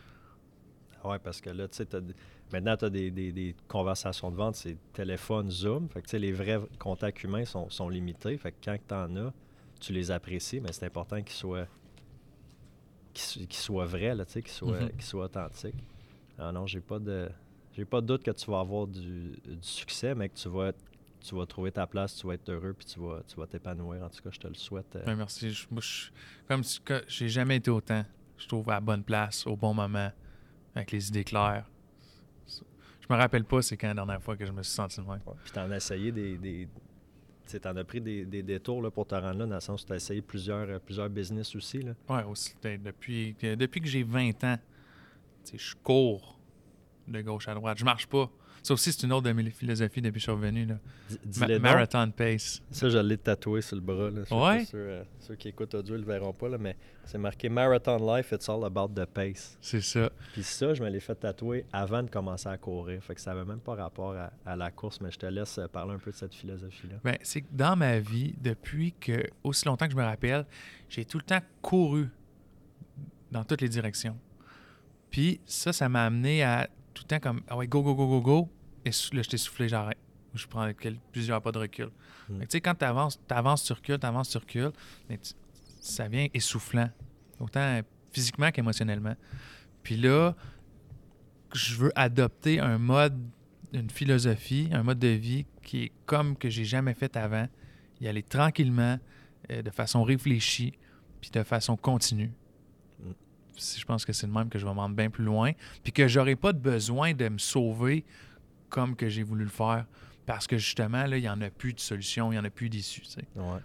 [SPEAKER 2] Oui, parce que là, tu sais, t'as d- maintenant, tu as des, des- des conversations de vente, c'est téléphone, Zoom. Fait que, tu sais, les vrais contacts humains sont, sont limités. Fait que quand tu en as, tu les apprécies, mais c'est important qu'ils soient, qu'ils, s- qu'ils soient vrais, là, tu sais, qu'ils soient,
[SPEAKER 3] Mhm.
[SPEAKER 2] qu'ils soient authentiques. Ah non, j'ai pas de j'ai pas de doute que tu vas avoir du, du succès, mais que tu vas, tu vas trouver ta place, tu vas être heureux, puis tu vas, tu vas t'épanouir. En tout cas, je te le souhaite. euh.
[SPEAKER 3] Ouais, merci. Je, moi, je- comme si- que j'ai jamais été autant, je trouve, à la bonne place, au bon moment, avec les idées claires. Je me rappelle pas c'est quand la dernière fois que je me suis senti de même.
[SPEAKER 2] Ouais. Puis t'en as essayé des... des tu sais, t'en as pris des, des détours là, pour te rendre là, dans le sens où tu as essayé plusieurs, euh, plusieurs business aussi. Là.
[SPEAKER 3] Ouais, aussi, de- depuis, que- depuis que j'ai vingt ans, tu sais, je cours de gauche à droite. Je marche pas. Ça aussi, c'est une autre de mes philosophies depuis que je suis revenu. Là.
[SPEAKER 2] Dis-
[SPEAKER 3] Ma-
[SPEAKER 2] Dis-le donc.
[SPEAKER 3] marathon pace.
[SPEAKER 2] Ça, je l'ai tatoué sur le bras. Là. Je sais pas
[SPEAKER 3] Ouais?
[SPEAKER 2] Ceux, euh, ceux qui écoutent audio ne le verront pas, là, mais c'est marqué Marathon Life, it's all about the pace.
[SPEAKER 3] C'est ça.
[SPEAKER 2] Puis ça, je me l'ai fait tatouer avant de commencer à courir. Fait que ça n'avait même pas rapport à, à la course, mais je te laisse euh, parler un peu de cette philosophie-là.
[SPEAKER 3] Ben, c'est que dans ma vie, depuis que, aussi longtemps que je me rappelle, j'ai tout le temps couru dans toutes les directions. Puis ça, ça m'a amené à tout le temps comme, ah ouais, go, go, go, go, go. Et sou- là, je t'ai soufflé, j'arrête. Ou je prends quel- plusieurs pas de recul.
[SPEAKER 2] Mm.
[SPEAKER 3] Fait que, tu sais, quand tu avances, tu avances, tu recules, tu avances, tu recules, mais tu- ça vient essoufflant, autant physiquement qu'émotionnellement. Puis là, je veux adopter un mode, une philosophie, un mode de vie qui est comme que j'ai jamais fait avant. Y aller tranquillement, euh, de façon réfléchie, puis de façon continue.
[SPEAKER 2] Mm.
[SPEAKER 3] Si je pense que c'est le même que je vais me rendre bien plus loin, puis que j'aurai pas de besoin de me sauver comme que j'ai voulu le faire, parce que justement, là, il n'y en a plus de solution, il n'y en a plus d'issue. Tu sais.
[SPEAKER 2] Ouais.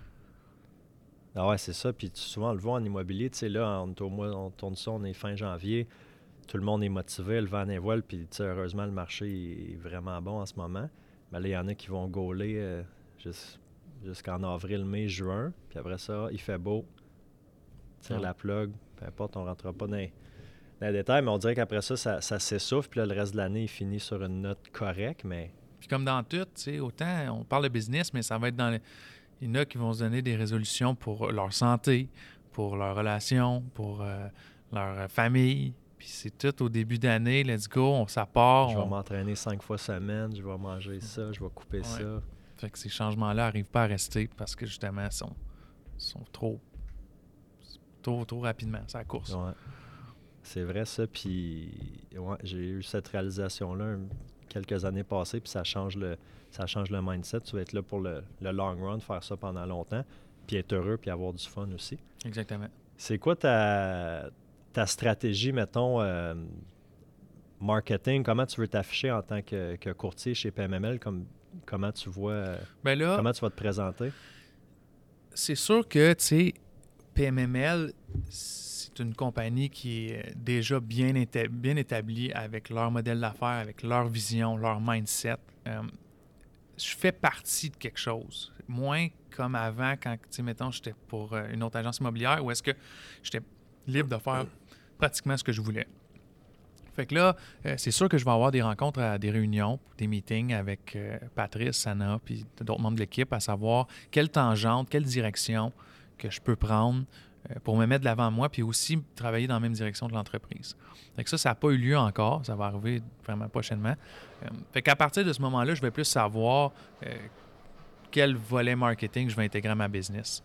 [SPEAKER 2] Ah ouais, c'est ça. Puis tu- souvent, on le voit en immobilier. Tu sais, là, on, est au mois, on tourne ça, on est fin janvier. Tout le monde est motivé, le vent en voile. Puis, tu sais, heureusement, le marché est vraiment bon en ce moment. Mais là, il y en a qui vont gauler euh, jus- jusqu'en avril, mai, juin. Puis après ça, il fait beau. Tire
[SPEAKER 3] Ouais.
[SPEAKER 2] la plug. Peu importe, on ne rentrera pas dans les, dans les détails. Mais on dirait qu'après ça, ça, ça s'essouffle. Puis là, le reste de l'année, il finit sur une note correcte. Mais
[SPEAKER 3] Puis comme dans tout, tu sais, autant on parle de business, mais ça va être dans... le- Il y en a qui vont se donner des résolutions pour leur santé, pour leurs relations, pour euh, leur euh, famille. Puis c'est tout au début d'année, let's go, on ça part.
[SPEAKER 2] je vais
[SPEAKER 3] on-
[SPEAKER 2] m'entraîner cinq fois semaine. Je vais manger ça. Je vais couper
[SPEAKER 3] Ouais.
[SPEAKER 2] ça.
[SPEAKER 3] Fait que ces changements-là n'arrivent pas à rester parce que justement, ils sont, sont trop, trop, trop rapidement, c'est la course.
[SPEAKER 2] Ouais. C'est vrai ça, puis ouais, j'ai eu cette réalisation-là un- quelques années passées, puis ça change le ça change le mindset. Tu vas être là pour le, le long run, faire ça pendant longtemps, puis être heureux, puis avoir du fun aussi.
[SPEAKER 3] Exactement.
[SPEAKER 2] C'est quoi ta, ta stratégie, mettons, euh, marketing? Comment tu veux t'afficher en tant que, que courtier chez P M M L? Comme, comment tu vois, euh,
[SPEAKER 3] Ben là,
[SPEAKER 2] comment tu vas te présenter?
[SPEAKER 3] c'est sûr que, tu sais, P M M L, c'est une compagnie qui est déjà bien, éta- bien établie avec leur modèle d'affaires, avec leur vision, leur mindset. Euh, je fais partie de quelque chose. Moins comme avant, quand, tu sais, mettons, j'étais pour euh, une autre agence immobilière, où est-ce que j'étais libre de faire pratiquement ce que je voulais. Fait que là, euh, c'est sûr que je vais avoir des rencontres, à des réunions, des meetings avec euh, Patrice, Sana, puis d'autres membres de l'équipe, à savoir quelle tangente, quelle direction que je peux prendre euh, pour me mettre de l'avant moi, puis aussi travailler dans la même direction de l'entreprise. Fait que ça, ça n'a pas eu lieu encore. Ça va arriver vraiment prochainement. Euh, fait qu'à partir de ce moment-là, je vais plus savoir euh, quel volet marketing je vais intégrer à ma business.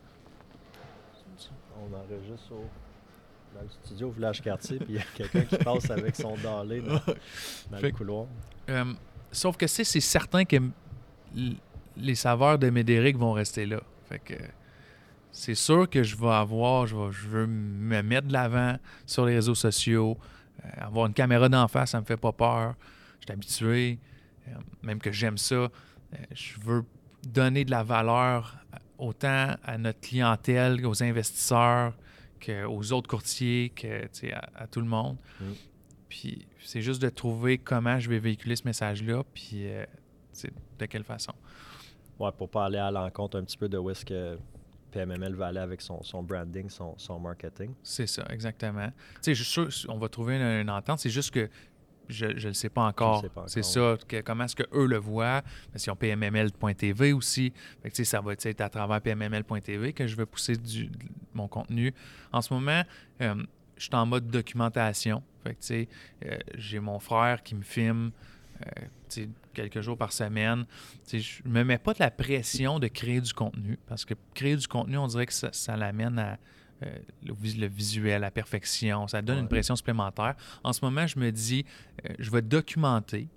[SPEAKER 2] On enregistre au... dans le studio Village Cartier, puis il y a quelqu'un qui passe avec son dolly dans, dans le couloir.
[SPEAKER 3] Euh, sauf que c'est, c'est certain que m- les saveurs de Médéric vont rester là. Fait que c'est sûr que je vais avoir, je, vais, je veux me mettre de l'avant sur les réseaux sociaux. Euh, avoir une caméra d'en face, ça me fait pas peur. Je suis habitué. Euh, même que j'aime ça. Euh, je veux donner de la valeur autant à notre clientèle, aux investisseurs, qu'aux autres courtiers, que, à, à tout le monde. Mm. Puis c'est juste de trouver comment je vais véhiculer ce message-là, puis euh, de quelle façon.
[SPEAKER 2] Ouais, pour pas aller à l'encontre un petit peu de où est-ce que P M M L va aller avec son, son branding, son, son marketing.
[SPEAKER 3] C'est ça, exactement. Tu sais, je suis sûr qu'on va trouver une, une entente, c'est juste que je ne le sais pas encore. Sais pas encore c'est ouais. ça, que, comment est-ce qu'eux le voient. Ils ont P M M L point T V aussi. Fait que, ça va être à travers P M M L point T V que je vais pousser du, mon contenu. En ce moment, euh, je suis en mode documentation. Fait que, euh, j'ai mon frère qui me filme euh, quelques jours par semaine. Je ne me mets pas de la pression de créer du contenu parce que créer du contenu, on dirait que ça, ça l'amène à Euh, le, le visuel, la perfection, ça donne ouais. une pression supplémentaire. En ce moment, je me dis, euh, je vais documenter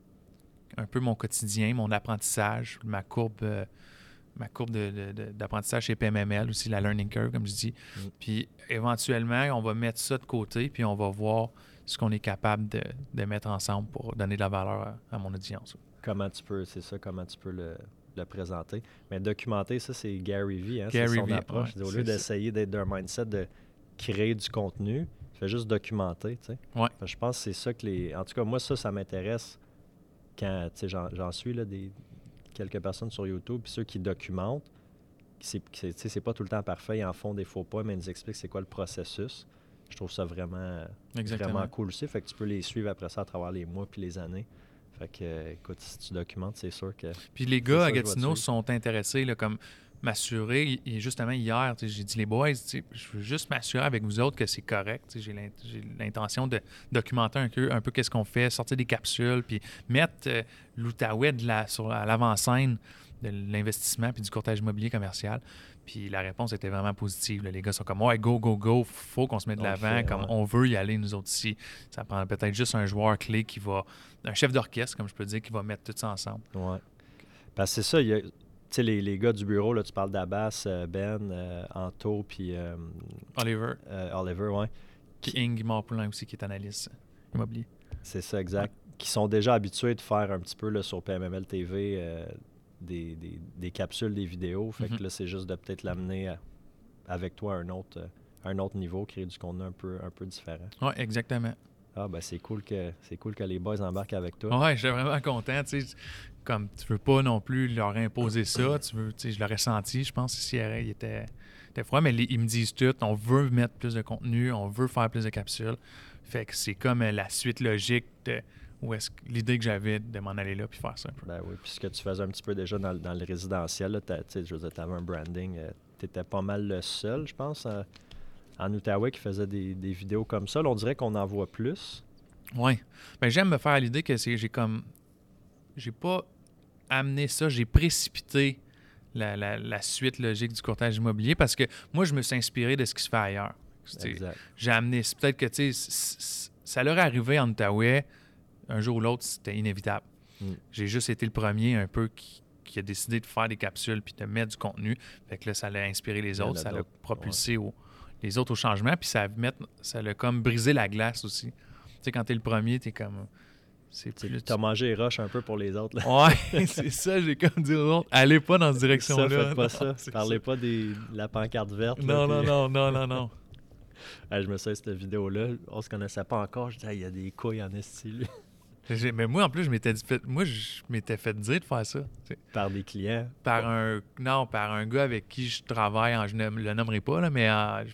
[SPEAKER 3] un peu mon quotidien, mon apprentissage, ma courbe, euh, ma courbe de, de, de, d'apprentissage chez P M M L, aussi la learning curve, comme je dis. Mm. Puis éventuellement, on va mettre ça de côté, puis on va voir ce qu'on est capable de, de mettre ensemble pour donner de la valeur à, à mon audience.
[SPEAKER 2] Comment tu peux, c'est ça, comment tu peux le... le présenter. Mais documenter, ça, c'est Gary Vee. Hein?
[SPEAKER 3] Gary
[SPEAKER 2] c'est son
[SPEAKER 3] V,
[SPEAKER 2] approche.
[SPEAKER 3] ouais,
[SPEAKER 2] au lieu d'essayer d'être d'un mindset de créer du contenu, tu fais juste documenter. Tu sais.
[SPEAKER 3] Ouais.
[SPEAKER 2] Je pense que c'est ça que les... En tout cas, moi, ça, ça m'intéresse quand j'en, j'en suis là, des quelques personnes sur YouTube, puis ceux qui documentent, c'est, c'est, c'est pas tout le temps parfait, ils en font des faux pas, mais ils nous expliquent c'est quoi le processus. Je trouve ça vraiment, vraiment cool aussi. Fait que tu peux les suivre après ça à travers les mois puis les années. Fait que, euh, écoute, si tu documentes, c'est sûr que...
[SPEAKER 3] Puis les gars à Gatineau sont intéressés, là, comme m'assurer, et justement hier, j'ai dit, les boys, je veux juste m'assurer avec vous autres que c'est correct. J'ai, l'int- j'ai l'intention de documenter un peu, un peu qu'est-ce qu'on fait, sortir des capsules, puis mettre euh, l'Outaouais de la, sur, à l'avant-scène de l'investissement puis du courtage immobilier commercial. Puis la réponse était vraiment positive. Là. Les gars sont comme « Ouais, go, go, go, faut qu'on se mette de l'avant, fait, comme ouais. on veut y aller, nous autres ici. » Ça prend peut-être juste un joueur clé qui va... Un chef d'orchestre, comme je peux dire, qui va mettre tout ça ensemble.
[SPEAKER 2] Oui. Parce que c'est ça, il y a... Tu sais, les, les gars du bureau, là, tu parles d'Abbas, Ben, euh, Anto, puis... Euh,
[SPEAKER 3] Oliver.
[SPEAKER 2] Euh, Oliver, oui.
[SPEAKER 3] Puis Ing Marpoulin aussi, qui est analyste immobilier.
[SPEAKER 2] C'est ça, exact.
[SPEAKER 3] Ouais.
[SPEAKER 2] Qui sont déjà habitués de faire un petit peu là, sur P M M L T V... Euh, Des, des, des capsules, des vidéos. Fait mm-hmm. que là, c'est juste de peut-être l'amener à, avec toi à un autre, à un autre niveau, créer du contenu un peu, un peu différent.
[SPEAKER 3] Oui, exactement.
[SPEAKER 2] Ah, ben c'est cool que c'est cool que les boys embarquent avec toi.
[SPEAKER 3] Oui, j'étais vraiment content. Tu sais, comme tu veux pas non plus leur imposer ça, tu veux, tu sais, je l'aurais senti, je pense, ici, il était, était froid, mais les, ils me disent tout, on veut mettre plus de contenu, on veut faire plus de capsules. Fait que c'est comme la suite logique de où est-ce que l'idée que j'avais de m'en aller là puis faire ça un peu.
[SPEAKER 2] Ben oui, puis ce que tu faisais un petit peu déjà dans, dans le résidentiel, tu sais, je veux dire, tu avais un branding, euh, tu étais pas mal le seul, je pense, en, en Outaouais qui faisait des, des vidéos comme ça. Là, on dirait qu'on en voit plus.
[SPEAKER 3] Oui. Ben j'aime me faire l'idée que c'est j'ai comme... J'ai pas amené ça, j'ai précipité la, la, la suite logique du courtage immobilier parce que moi, je me suis inspiré de ce qui se fait ailleurs. Exact. J'ai amené... C'est peut-être que, tu sais, ça leur est arrivé en Outaouais. Un jour ou l'autre, c'était inévitable. Mm. J'ai juste été le premier un peu qui, qui a décidé de faire des capsules puis de mettre du contenu. Fait que là, ça l'a inspiré les autres, ça l'a propulsé ouais. au, les autres au changement. Puis ça, met, ça l'a comme brisé la glace aussi. Tu sais, quand t'es le premier, t'es comme...
[SPEAKER 2] C'est plus... T'as mangé les roches un peu pour les autres. Là.
[SPEAKER 3] Ouais, c'est ça. J'ai comme dit aux autres, allez pas dans cette direction-là.
[SPEAKER 2] Ça, faites pas
[SPEAKER 3] non,
[SPEAKER 2] ça. Parlez ça. Pas des, de la pancarte verte.
[SPEAKER 3] Non,
[SPEAKER 2] là,
[SPEAKER 3] non,
[SPEAKER 2] puis...
[SPEAKER 3] non, non, non, non.
[SPEAKER 2] Hey, je me souviens de cette vidéo-là. On se connaissait pas encore. Je disais, il y a des couilles en style.
[SPEAKER 3] J'ai, mais moi, en plus, je m'étais fait, moi, je m'étais fait dire de faire ça. T'sais.
[SPEAKER 2] Par des clients?
[SPEAKER 3] Par un... Non, par un gars avec qui je travaille. En, je ne le nommerai pas, là, mais euh, j'ai fait...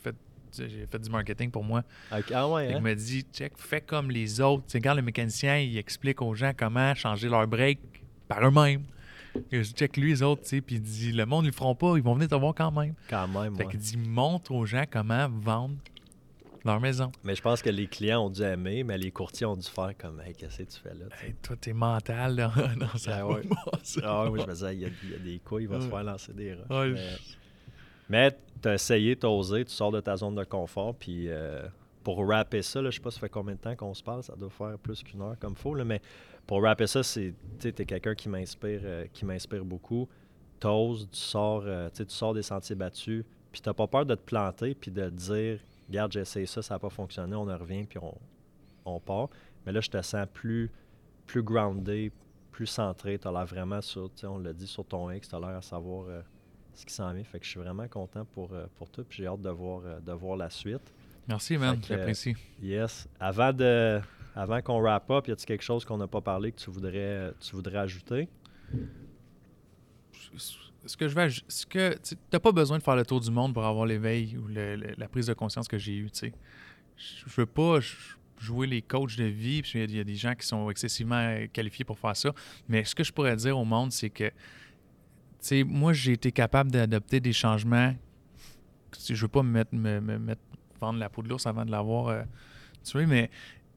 [SPEAKER 3] j'ai fait du marketing pour moi.
[SPEAKER 2] Okay. Ah ouais,
[SPEAKER 3] Fait
[SPEAKER 2] hein?
[SPEAKER 3] qu'il m'a dit, check, fais comme les autres. Tu sais, quand le mécanicien, il explique aux gens comment changer leur break par eux-mêmes. Et je check lui, les autres, tu sais, puis il dit, le monde, ils le feront pas, ils vont venir te voir quand même.
[SPEAKER 2] Quand même,
[SPEAKER 3] Fait
[SPEAKER 2] ouais.
[SPEAKER 3] qu'il dit, montre aux gens comment vendre leur maison.
[SPEAKER 2] Mais je pense que les clients ont dû aimer, mais les courtiers ont dû faire comme, hey, qu'est-ce que tu fais là?
[SPEAKER 3] Hey, toi, t'es mental, là. Non, ça
[SPEAKER 2] Ah
[SPEAKER 3] va
[SPEAKER 2] ouais.
[SPEAKER 3] pas, ça.
[SPEAKER 2] Ah ouais, moi, je me disais, il y, a, il y a des couilles, il va se
[SPEAKER 3] Ouais.
[SPEAKER 2] faire lancer des roches.
[SPEAKER 3] Ouais,
[SPEAKER 2] mais
[SPEAKER 3] je-
[SPEAKER 2] mais tu as essayé, tu as osé, tu sors de ta zone de confort. Puis euh, pour rapper ça, là, je sais pas ça fait combien de temps qu'on se parle, ça doit faire plus qu'une heure comme faut, là, mais pour rapper ça, c'est, tu es quelqu'un qui m'inspire euh, qui m'inspire beaucoup. Tu oses, tu sors, euh, tu sors des sentiers battus, puis tu n'as pas peur de te planter, puis de te dire, regarde, j'ai essayé ça, ça n'a pas fonctionné, on en revient, puis on, on part. Mais là, je te sens plus, plus groundé, plus centré. Tu as l'air vraiment sur, on l'a dit, sur ton X, tu as l'air à savoir euh, ce qui s'en vient. Fait que je suis vraiment content pour, euh, pour tout, puis j'ai hâte de voir, euh, de voir la suite.
[SPEAKER 3] Merci, man,
[SPEAKER 2] Fait que,
[SPEAKER 3] j'apprécie.
[SPEAKER 2] Yes. Avant, de, avant qu'on wrap up, y a-t-il quelque chose qu'on n'a pas parlé que tu voudrais, tu voudrais ajouter?
[SPEAKER 3] Ce que je vais, aj- ce que tu n'as pas besoin de faire le tour du monde pour avoir l'éveil ou le- le- la prise de conscience que j'ai eue. Tu sais, je je veux pas j- jouer les coachs de vie. Puis il y a- il y a des gens qui sont excessivement qualifiés pour faire ça. Mais ce que je pourrais dire au monde, c'est que, tu sais, moi, j'ai été capable d'adopter des changements. Je veux pas me mettre, me, me mettre vendre la peau de l'ours avant de l'avoir euh, tué, mais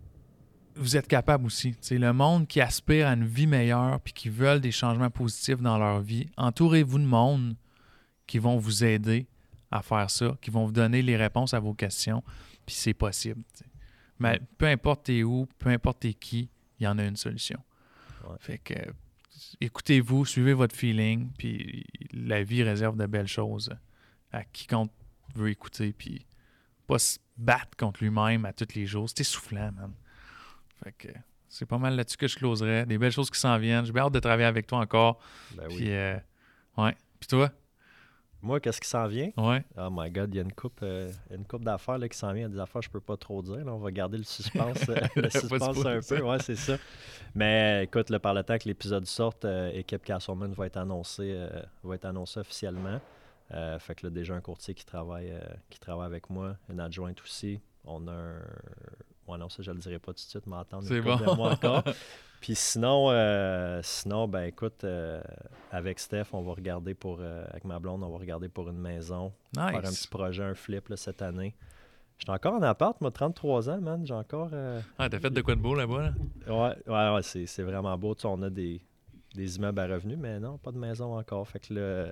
[SPEAKER 3] vous êtes capable aussi. T'sais, le monde qui aspire à une vie meilleure puis qui veulent des changements positifs dans leur vie, entourez-vous de monde qui vont vous aider à faire ça, qui vont vous donner les réponses à vos questions, puis c'est possible. T'sais. Mais
[SPEAKER 2] Mm.
[SPEAKER 3] peu importe t'es où, peu importe t'es qui, il y en a une solution.
[SPEAKER 2] Ouais.
[SPEAKER 3] Fait que euh, écoutez-vous, suivez votre feeling, puis la vie réserve de belles choses à quiconque veut écouter, puis pas se battre contre lui-même à tous les jours. C'est essoufflant, man. Fait que c'est pas mal là-dessus que je closerais. Des belles choses qui s'en viennent. J'ai bien hâte de travailler avec toi encore.
[SPEAKER 2] Ben oui.
[SPEAKER 3] Puis, euh, ouais. Puis toi?
[SPEAKER 2] Moi, qu'est-ce qui s'en vient?
[SPEAKER 3] Ouais.
[SPEAKER 2] Oh my God, il y a une coupe, euh, une coupe d'affaires là, qui s'en vient. Il y a des affaires que je peux pas trop dire. Là. On va garder le suspense, euh, le
[SPEAKER 3] Pas de
[SPEAKER 2] suspense
[SPEAKER 3] spoil,
[SPEAKER 2] un
[SPEAKER 3] ça.
[SPEAKER 2] peu. Ouais, c'est ça. Mais écoute, là, par le temps que l'épisode sorte, euh, Équipe Castleman va être annoncé, euh, va être annoncé officiellement. Euh, fait que là, déjà un courtier qui travaille, euh, qui travaille avec moi, une adjointe aussi. On a un... Ouais, non, ça, je le dirai pas tout de suite, mais attendre
[SPEAKER 3] C'est
[SPEAKER 2] une couple
[SPEAKER 3] bon.
[SPEAKER 2] de mois encore. Puis sinon, euh, sinon, ben écoute, euh, avec Steph, on va regarder pour, euh, avec ma blonde, on va regarder pour une maison. Faire un petit
[SPEAKER 3] Nice.
[SPEAKER 2] projet, un flip là, cette année. J'étais encore en appart, moi, trente-trois ans, man. J'ai encore... euh,
[SPEAKER 3] Ah, t'as fait de quoi de beau là-bas, là?
[SPEAKER 2] Ouais, ouais, ouais c'est, c'est vraiment beau. Tu sais, on a des, des immeubles à revenus, mais non, pas de maison encore. Fait que là,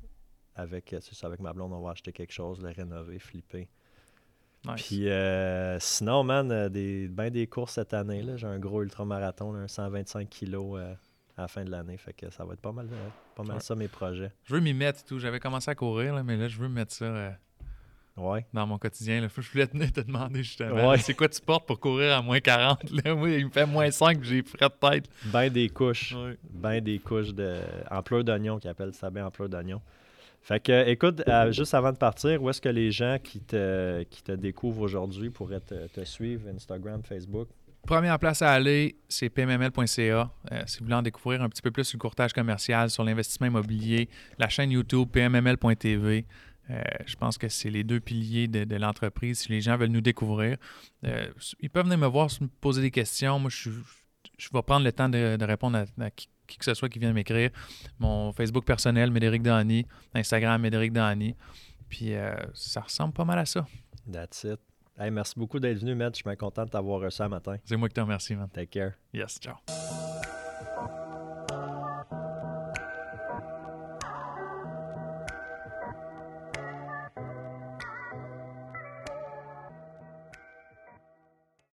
[SPEAKER 2] avec, c'est ça, avec ma blonde, on va acheter quelque chose, le rénover, flipper.
[SPEAKER 3] Nice.
[SPEAKER 2] Puis euh, sinon, man, euh, des, ben des courses cette année. Là. J'ai un gros ultramarathon, là, un cent vingt-cinq kilos euh, à la fin de l'année. Fait que ça va être pas mal, euh, pas mal
[SPEAKER 3] Ouais.
[SPEAKER 2] ça, mes projets.
[SPEAKER 3] Je veux m'y mettre et tout. J'avais commencé à courir, là, mais là, je veux mettre ça euh,
[SPEAKER 2] Ouais.
[SPEAKER 3] dans mon quotidien. Là. Faut que je voulais te te demander justement.
[SPEAKER 2] Ouais.
[SPEAKER 3] C'est quoi tu portes pour courir à moins quarante? Là? Moi, il me fait moins cinq, j'ai frais de tête.
[SPEAKER 2] Ben des couches.
[SPEAKER 3] Ouais.
[SPEAKER 2] Ben des couches de ampleur d'oignon qu'ils appellent ça, ben ampleur d'oignon. Fait que, écoute, euh, juste avant de partir, où est-ce que les gens qui te, qui te découvrent aujourd'hui pourraient te, te suivre? Instagram, Facebook?
[SPEAKER 3] Première place à aller, c'est p m m l point c a. Euh, si vous voulez en découvrir un petit peu plus sur le courtage commercial, sur l'investissement immobilier, la chaîne YouTube p m m l point t v. Euh, je pense que c'est les deux piliers de, de l'entreprise. Si les gens veulent nous découvrir, euh, ils peuvent venir me voir, me poser des questions. Moi, je, je vais prendre le temps de, de répondre à, à qui, qui que ce soit qui vient m'écrire. Mon Facebook personnel, Médéric Dany. Instagram, Médéric Dany. Puis euh, ça ressemble pas mal à ça.
[SPEAKER 2] That's it. Hey, merci beaucoup d'être venu, Matt. Je suis bien content de t'avoir reçu ce matin.
[SPEAKER 3] C'est moi qui te remercie, man.
[SPEAKER 2] Take care.
[SPEAKER 3] Yes, ciao.